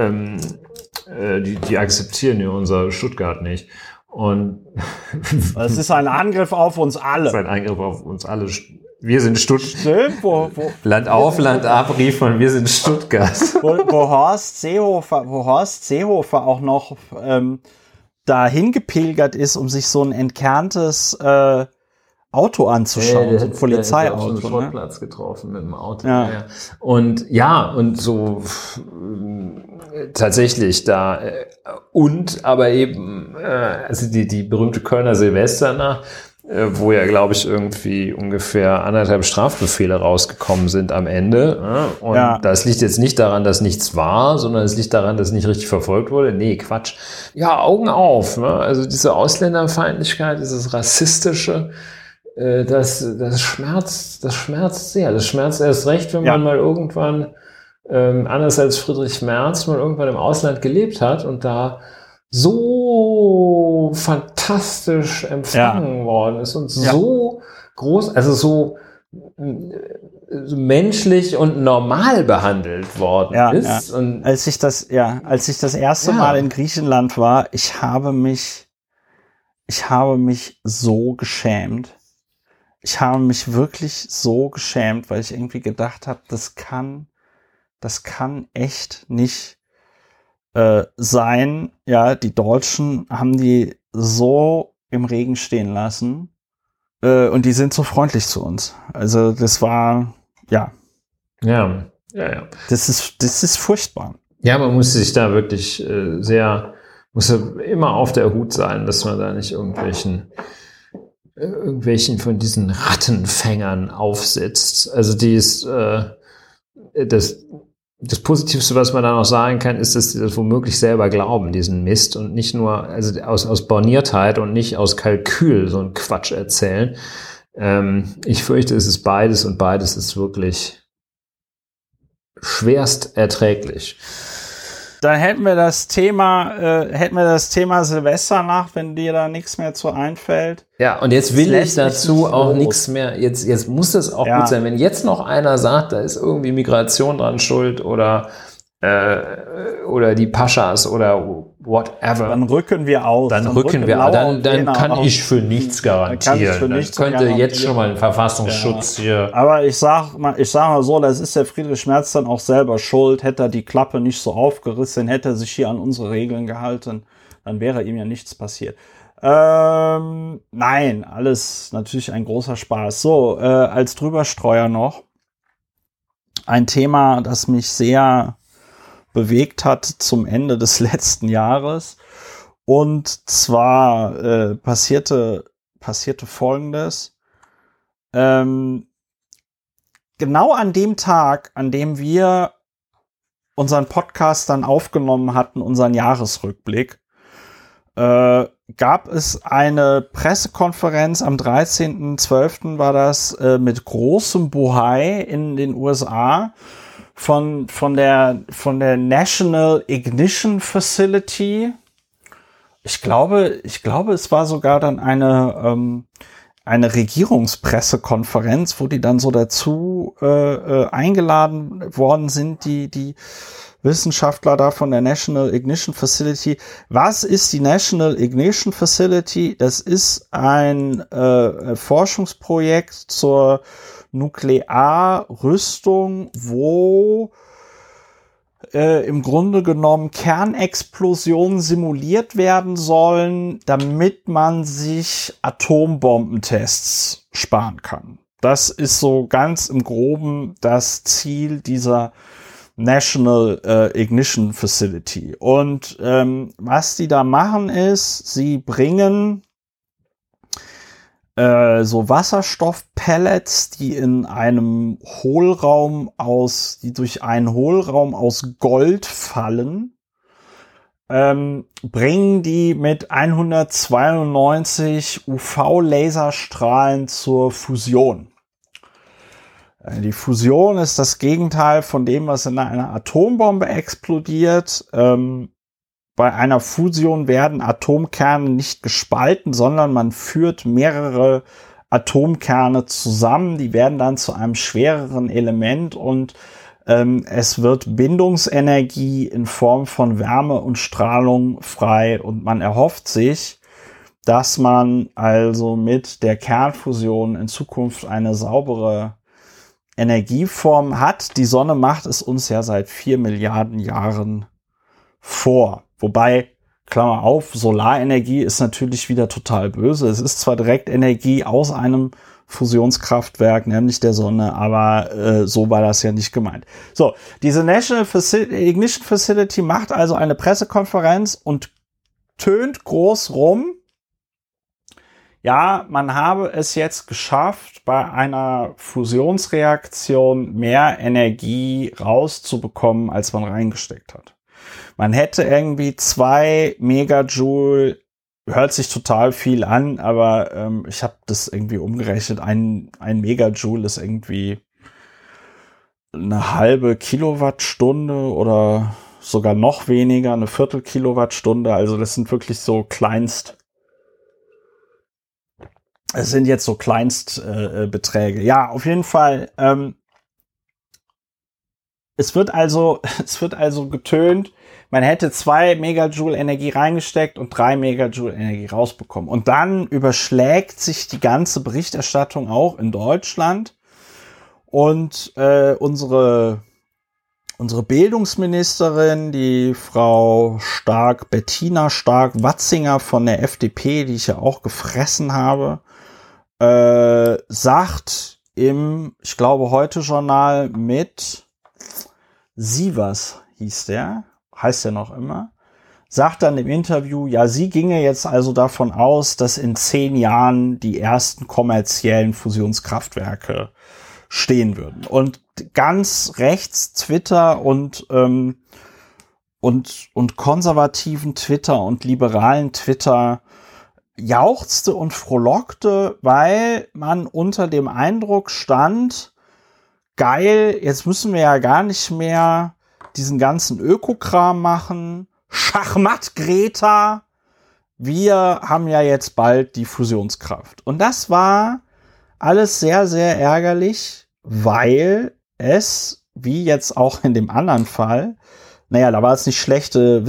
die akzeptieren ja unser Stuttgart nicht. Und es ist ein Angriff auf uns alle. Es ist ein Angriff auf uns alle. Wir sind Stuttgart. Stimmt, Land auf, Land ab, rief von wir sind Stuttgart. Wo Horst Seehofer auch noch dahin gepilgert ist, um sich so ein entkerntes Auto anzuschauen, so ein Polizeiauto. Der hat auf einem Schrottplatz getroffen mit dem Auto. Ja. Und so tatsächlich da aber eben also die berühmte Kölner Silvesternacht, wo ja, glaube ich, irgendwie ungefähr 1,5 Strafbefehle rausgekommen sind am Ende. Und das liegt jetzt nicht daran, dass nichts war, sondern es liegt daran, dass nicht richtig verfolgt wurde. Nee, Quatsch. Ja, Augen auf. Ne? Also diese Ausländerfeindlichkeit, dieses Rassistische, das schmerzt sehr. Das schmerzt erst recht, wenn man mal irgendwann, anders als Friedrich Merz, mal irgendwann im Ausland gelebt hat und da so fantastisch empfangen worden ist und so groß, also so menschlich und normal behandelt worden ist. Ja. Und als ich das erste Mal in Griechenland war, ich habe mich so geschämt. Ich habe mich wirklich so geschämt, weil ich irgendwie gedacht habe, das kann echt nicht sein. Ja, die Deutschen haben die so im Regen stehen lassen und die sind so freundlich zu uns. Also das war, Ja. Das ist furchtbar. Ja, man muss sich da wirklich muss immer auf der Hut sein, dass man da nicht irgendwelchen von diesen Rattenfängern aufsitzt. Also das Positivste, was man da noch sagen kann, ist, dass die das womöglich selber glauben, diesen Mist, und nicht nur, also aus Borniertheit und nicht aus Kalkül so einen Quatsch erzählen. Ich fürchte, es ist beides und beides ist wirklich schwerst erträglich. Dann hätten wir das Thema Silvesternacht, wenn dir da nichts mehr zu einfällt. Ja, und jetzt will ich dazu auch nichts mehr. Jetzt muss das auch gut sein. Wenn jetzt noch einer sagt, da ist irgendwie Migration dran schuld oder die Paschas oder whatever. Dann rücken wir aus. Dann kann ich für nichts garantieren. Dann könnte jetzt schon mal ein Verfassungsschutz hier. Aber ich sag mal so, das ist der Friedrich Merz dann auch selber schuld. Hätte er die Klappe nicht so aufgerissen, hätte er sich hier an unsere Regeln gehalten, dann wäre ihm ja nichts passiert. Nein, alles natürlich ein großer Spaß. So, als Drüberstreuer noch ein Thema, das mich sehr bewegt hat zum Ende des letzten Jahres. Und zwar passierte Folgendes. Genau an dem Tag, an dem wir unseren Podcast dann aufgenommen hatten, unseren Jahresrückblick, gab es eine Pressekonferenz am 13.12. war das mit großem Bohai in den USA von der National Ignition Facility. Ich glaube, es war sogar dann eine Regierungspressekonferenz, wo die dann so dazu eingeladen worden sind, die Wissenschaftler da von der National Ignition Facility. Was ist die National Ignition Facility? Das ist ein Forschungsprojekt zur Nuklearrüstung, wo im Grunde genommen Kernexplosionen simuliert werden sollen, damit man sich Atombombentests sparen kann. Das ist so ganz im Groben das Ziel dieser National Ignition Facility. Und was die da machen ist, sie bringen so Wasserstoffpellets, die durch einen Hohlraum aus Gold fallen, bringen die mit 192 UV-Laserstrahlen zur Fusion. Die Fusion ist das Gegenteil von dem, was in einer Atombombe explodiert. Bei einer Fusion werden Atomkerne nicht gespalten, sondern man führt mehrere Atomkerne zusammen. Die werden dann zu einem schwereren Element und es wird Bindungsenergie in Form von Wärme und Strahlung frei. Und man erhofft sich, dass man also mit der Kernfusion in Zukunft eine saubere Energieform hat. Die Sonne macht es uns ja seit 4 Milliarden Jahren vor. Wobei, Klammer auf, Solarenergie ist natürlich wieder total böse. Es ist zwar direkt Energie aus einem Fusionskraftwerk, nämlich der Sonne, aber so war das ja nicht gemeint. So, diese National Ignition Facility macht also eine Pressekonferenz und tönt groß rum, ja, man habe es jetzt geschafft, bei einer Fusionsreaktion mehr Energie rauszubekommen, als man reingesteckt hat. Man hätte irgendwie 2 Megajoule, hört sich total viel an, aber ich habe das irgendwie umgerechnet. Ein Megajoule ist irgendwie eine halbe Kilowattstunde oder sogar noch weniger, eine Viertel Kilowattstunde. Also das sind wirklich so es sind jetzt so Kleinstbeträge. Ja, auf jeden Fall. Es wird also getönt, man hätte 2 Megajoule Energie reingesteckt und 3 Megajoule Energie rausbekommen. Und dann überschlägt sich die ganze Berichterstattung auch in Deutschland. Und unsere Bildungsministerin, die Frau Bettina Stark-Watzinger von der FDP, die ich ja auch gefressen habe, sagt im, ich glaube, Heute-Journal mit Sievers heißt der noch immer, sagt dann im Interview, ja, sie ginge jetzt also davon aus, dass in 10 Jahren die ersten kommerziellen Fusionskraftwerke stehen würden. Und ganz rechts Twitter und konservativen Twitter und liberalen Twitter jauchzte und frohlockte, weil man unter dem Eindruck stand, geil, jetzt müssen wir ja gar nicht mehr diesen ganzen Ökokram machen. Schachmatt, Greta. Wir haben ja jetzt bald die Fusionskraft. Und das war alles sehr, sehr ärgerlich, weil es, wie jetzt auch in dem anderen Fall, da war es nicht schlechtes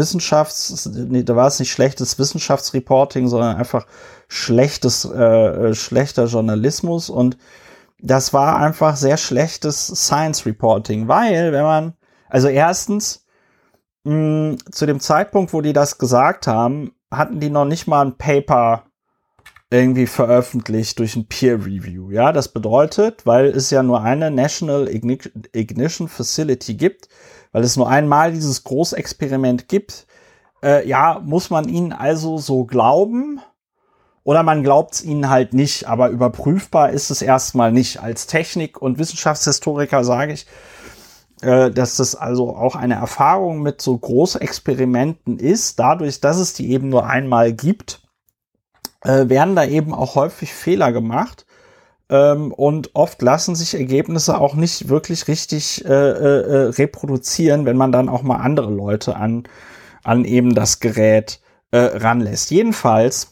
Wissenschaftsreporting, sondern einfach schlechter Journalismus, und das war einfach sehr schlechtes Science Reporting, weil erstens, zu dem Zeitpunkt, wo die das gesagt haben, hatten die noch nicht mal ein Paper irgendwie veröffentlicht durch ein Peer Review. Ja, das bedeutet, weil es ja nur eine National Ignition Facility gibt, weil es nur einmal dieses Großexperiment gibt, muss man ihnen also so glauben, oder man glaubt es ihnen halt nicht, aber überprüfbar ist es erstmal nicht. Als Technik- und Wissenschaftshistoriker sage ich, dass das also auch eine Erfahrung mit so Großexperimenten ist. Dadurch, dass es die eben nur einmal gibt, werden da eben auch häufig Fehler gemacht. Und oft lassen sich Ergebnisse auch nicht wirklich richtig reproduzieren, wenn man dann auch mal andere Leute an eben das Gerät ranlässt. Jedenfalls,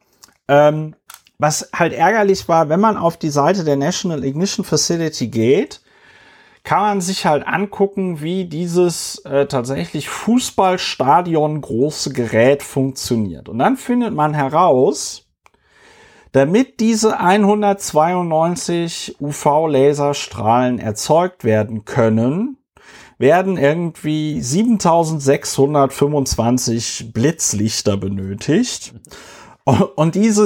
was halt ärgerlich war, wenn man auf die Seite der National Ignition Facility geht, kann man sich halt angucken, wie dieses tatsächlich Fußballstadion große Gerät funktioniert. Und dann findet man heraus, damit diese 192 UV-Laserstrahlen erzeugt werden können, werden irgendwie 7625 Blitzlichter benötigt. Und diese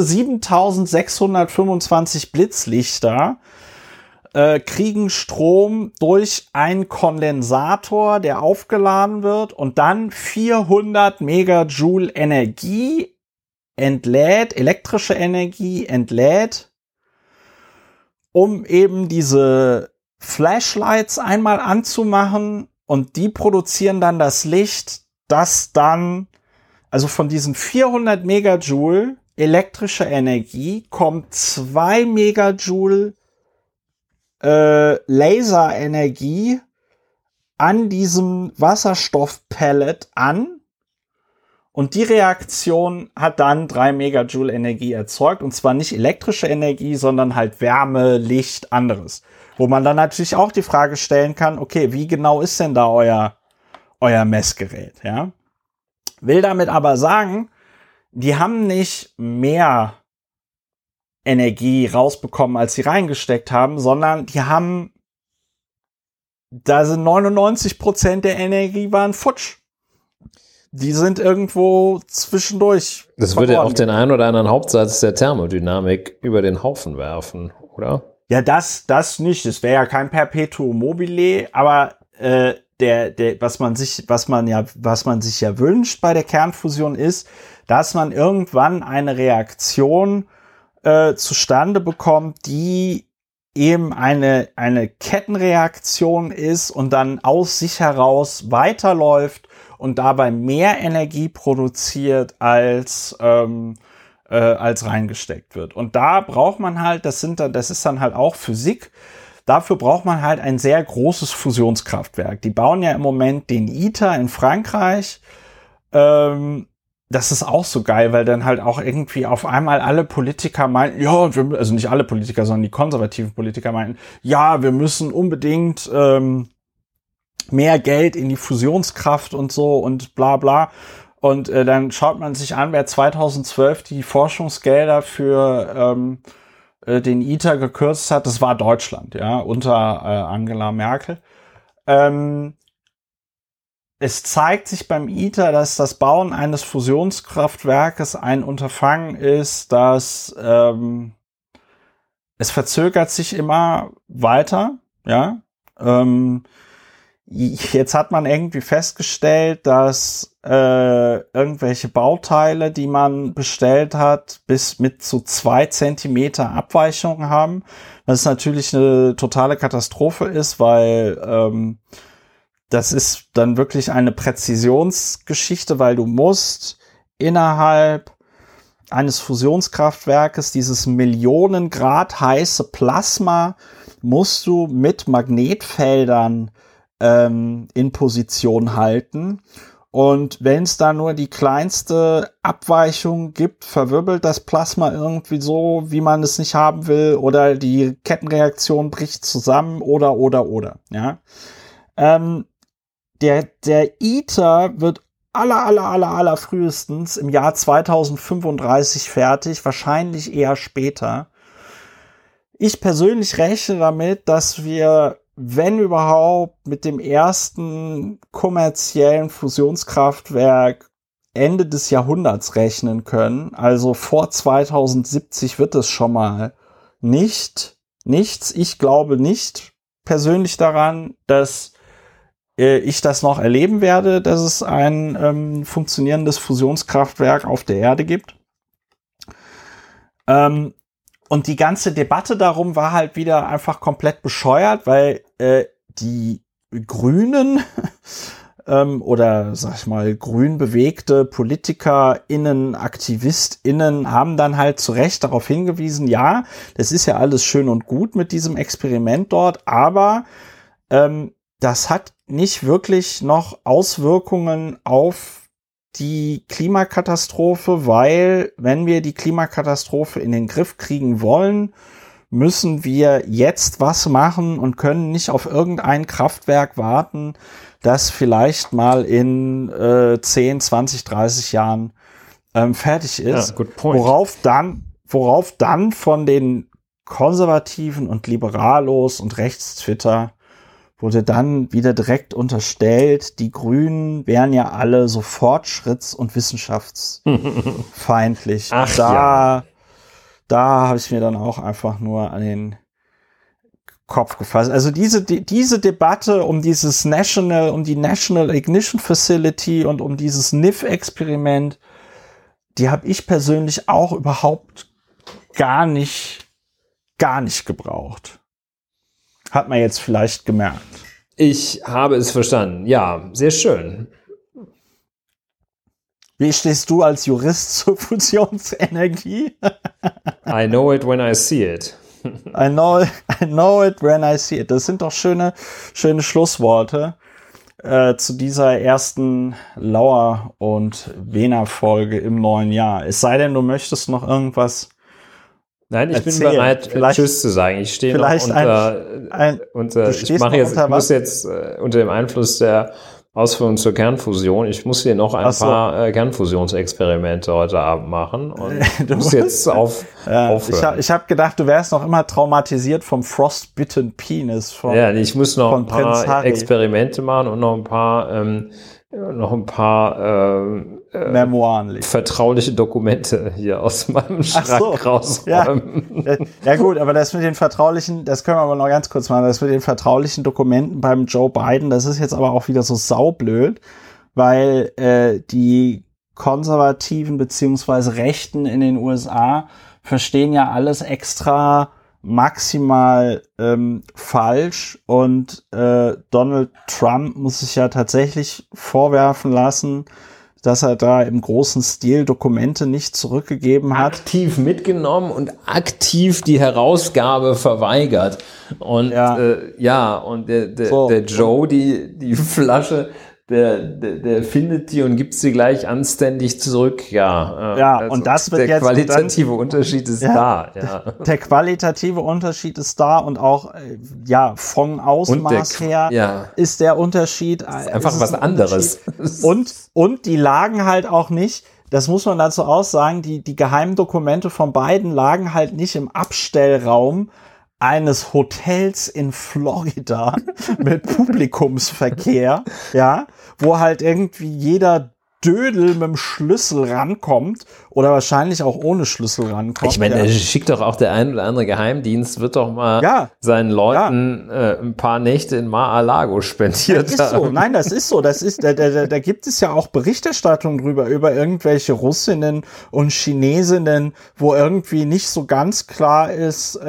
7625 Blitzlichter kriegen Strom durch einen Kondensator, der aufgeladen wird und dann 400 Megajoule Energie entlädt, elektrische Energie entlädt, um eben diese Flashlights einmal anzumachen, und die produzieren dann das Licht, das dann also von diesen 400 Megajoule elektrische Energie kommt 2 Megajoule Laserenergie an diesem Wasserstoffpellet an. Und die Reaktion hat dann 3 Megajoule Energie erzeugt. Und zwar nicht elektrische Energie, sondern halt Wärme, Licht, anderes. Wo man dann natürlich auch die Frage stellen kann, okay, wie genau ist denn da euer Messgerät? Ja? Will damit aber sagen, die haben nicht mehr Energie rausbekommen, als sie reingesteckt haben, sondern da sind 99% der Energie waren futsch. Die sind irgendwo zwischendurch. Das würde ja auch den einen oder anderen Hauptsatz der Thermodynamik über den Haufen werfen, oder? Ja, das nicht. Das wäre ja kein Perpetuum mobile, aber was man sich ja wünscht bei der Kernfusion ist, dass man irgendwann eine Reaktion zustande bekommt, die eben eine Kettenreaktion ist und dann aus sich heraus weiterläuft und dabei mehr Energie produziert als reingesteckt wird. Und da braucht man halt, das ist dann halt auch Physik. Dafür braucht man halt ein sehr großes Fusionskraftwerk. Die bauen ja im Moment den ITER in Frankreich. Das ist auch so geil, weil dann halt auch irgendwie auf einmal alle Politiker meinten, ja, also nicht alle Politiker, sondern die konservativen Politiker meinten, ja, wir müssen unbedingt mehr Geld in die Fusionskraft und so und bla bla. Und dann schaut man sich an, wer 2012 die Forschungsgelder für den ITER gekürzt hat. Das war Deutschland, ja, unter Angela Merkel. Es zeigt sich beim ITER, dass das Bauen eines Fusionskraftwerkes ein Unterfangen ist, dass es verzögert sich immer weiter, ja. Jetzt hat man irgendwie festgestellt, dass irgendwelche Bauteile, die man bestellt hat, bis mit so 2 Zentimeter Abweichungen haben. Was natürlich eine totale Katastrophe ist, weil das ist dann wirklich eine Präzisionsgeschichte, weil du musst innerhalb eines Fusionskraftwerkes dieses Millionen Grad heiße Plasma musst du mit Magnetfeldern in Position halten. Und wenn es da nur die kleinste Abweichung gibt, verwirbelt das Plasma irgendwie so, wie man es nicht haben will, oder die Kettenreaktion bricht zusammen oder, ja. Der ITER wird aller frühestens im Jahr 2035 fertig, wahrscheinlich eher später. Ich persönlich rechne damit, dass wir, wenn überhaupt, mit dem ersten kommerziellen Fusionskraftwerk Ende des Jahrhunderts rechnen können. Also vor 2070 wird es schon mal nichts. Ich glaube nicht persönlich daran, dass ich das noch erleben werde, dass es ein funktionierendes Fusionskraftwerk auf der Erde gibt. Und die ganze Debatte darum war halt wieder einfach komplett bescheuert, weil die Grünen oder sag ich mal grün bewegte PolitikerInnen, AktivistInnen haben dann halt zu Recht darauf hingewiesen, ja, das ist ja alles schön und gut mit diesem Experiment dort, aber das hat nicht wirklich noch Auswirkungen auf die Klimakatastrophe, weil wenn wir die Klimakatastrophe in den Griff kriegen wollen, müssen wir jetzt was machen und können nicht auf irgendein Kraftwerk warten, das vielleicht mal in 10, 20, 30 Jahren fertig ist. Ja, good point. Worauf dann von den Konservativen und Liberalos und Rechtstwitter wurde dann wieder direkt unterstellt, die Grünen wären ja alle so fortschritts- und wissenschaftsfeindlich. Da habe ich mir dann auch einfach nur an den Kopf gefasst. Also diese Debatte um die National Ignition Facility und um dieses NIF-Experiment, die habe ich persönlich auch überhaupt gar nicht gebraucht. Hat man jetzt vielleicht gemerkt. Ich habe es verstanden. Ja, sehr schön. Wie stehst du als Jurist zur Fusionsenergie? I know it when I see it. I know it when I see it. Das sind doch schöne Schlussworte zu dieser ersten Lauer- und Vena-Folge im neuen Jahr. Es sei denn, du möchtest noch irgendwas. Nein, ich erzählen. bin bereit, Tschüss zu sagen. Ich stehe noch muss jetzt unter dem Einfluss der Ausführungen zur Kernfusion. Ich muss hier noch ein paar Kernfusionsexperimente heute Abend machen und muss jetzt aufhören. Ich hab gedacht, du wärst noch immer traumatisiert vom Frostbitten Penis. Ich muss noch ein paar Experimente machen und noch ein paar Memoiren vertrauliche Dokumente hier aus meinem Schrank rausräumen. Ja gut, aber das mit den vertraulichen, das können wir aber noch ganz kurz machen, das mit den vertraulichen Dokumenten beim Joe Biden, das ist jetzt aber auch wieder so saublöd, weil die Konservativen beziehungsweise Rechten in den USA verstehen ja alles extra maximal falsch und Donald Trump muss sich ja tatsächlich vorwerfen lassen, dass er da im großen Stil Dokumente nicht zurückgegeben hat. Aktiv mitgenommen und aktiv die Herausgabe verweigert. Und der Joe, die Flasche, der findet die und gibt sie gleich anständig zurück. Und das wird der qualitative Unterschied ist da. Ja. Der qualitative Unterschied ist da und auch vom Ausmaß her ist der Unterschied ist einfach was anderes. Und die lagen halt auch nicht. Das muss man dazu auch sagen. Die geheimen Dokumente von beiden lagen halt nicht im Abstellraum eines Hotels in Florida mit Publikumsverkehr, wo halt irgendwie jeder Dödel mit dem Schlüssel rankommt oder wahrscheinlich auch ohne Schlüssel rankommt. Ich meine, schickt doch auch der ein oder andere Geheimdienst, wird doch mal seinen Leuten ein paar Nächte in Mar-a-Lago spendiert. Das ist so. Nein, das ist so. Da gibt es ja auch Berichterstattung über irgendwelche Russinnen und Chinesinnen, wo irgendwie nicht so ganz klar ist,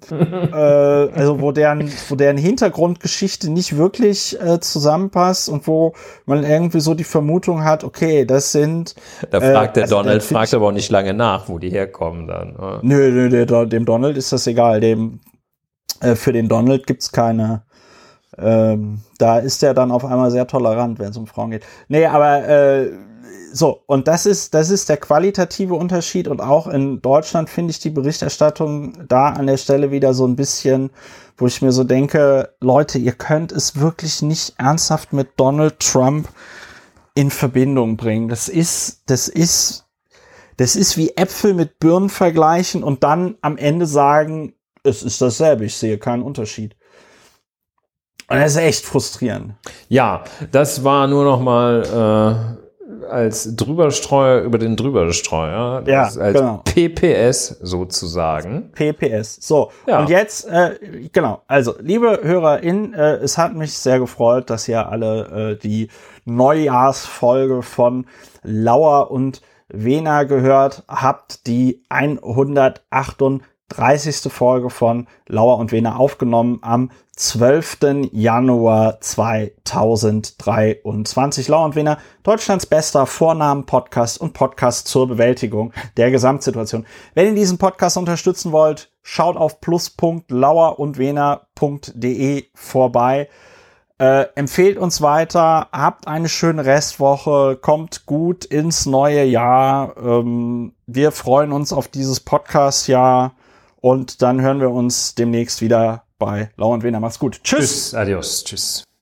also wo deren Hintergrundgeschichte nicht wirklich zusammenpasst und wo man irgendwie so die Vermutung hat, okay, das sind... Da fragt Donald aber auch nicht lange nach, wo die herkommen dann. Oder? Nö, dem Donald ist das egal. Für den Donald gibt's keine... da ist er dann auf einmal sehr tolerant, wenn es um Frauen geht. Nee, aber und das ist der qualitative Unterschied und auch in Deutschland finde ich die Berichterstattung da an der Stelle wieder so ein bisschen, wo ich mir so denke, Leute, ihr könnt es wirklich nicht ernsthaft mit Donald Trump in Verbindung bringen. Das ist wie Äpfel mit Birnen vergleichen und dann am Ende sagen, es ist dasselbe, ich sehe keinen Unterschied. Und das ist echt frustrierend. Ja, das war nur noch mal als Drüberstreuer über den Drüberstreuer. Als PPS sozusagen. PPS. So, und jetzt, also, liebe HörerInnen, es hat mich sehr gefreut, dass ihr alle die Neujahrsfolge von Lauer und Vena gehört habt, die 138. Folge von Lauer und Vena aufgenommen am 12. Januar 2023. Lauer und Vena, Deutschlands bester Vornamen-Podcast und Podcast zur Bewältigung der Gesamtsituation. Wenn ihr diesen Podcast unterstützen wollt, schaut auf plus.lauerundvena.de vorbei. Empfehlt uns weiter, habt eine schöne Restwoche, kommt gut ins neue Jahr. Wir freuen uns auf dieses Podcast-Jahr und dann hören wir uns demnächst wieder bei Lauer und Vena. Macht's gut. Tschüss. Adios. Tschüss.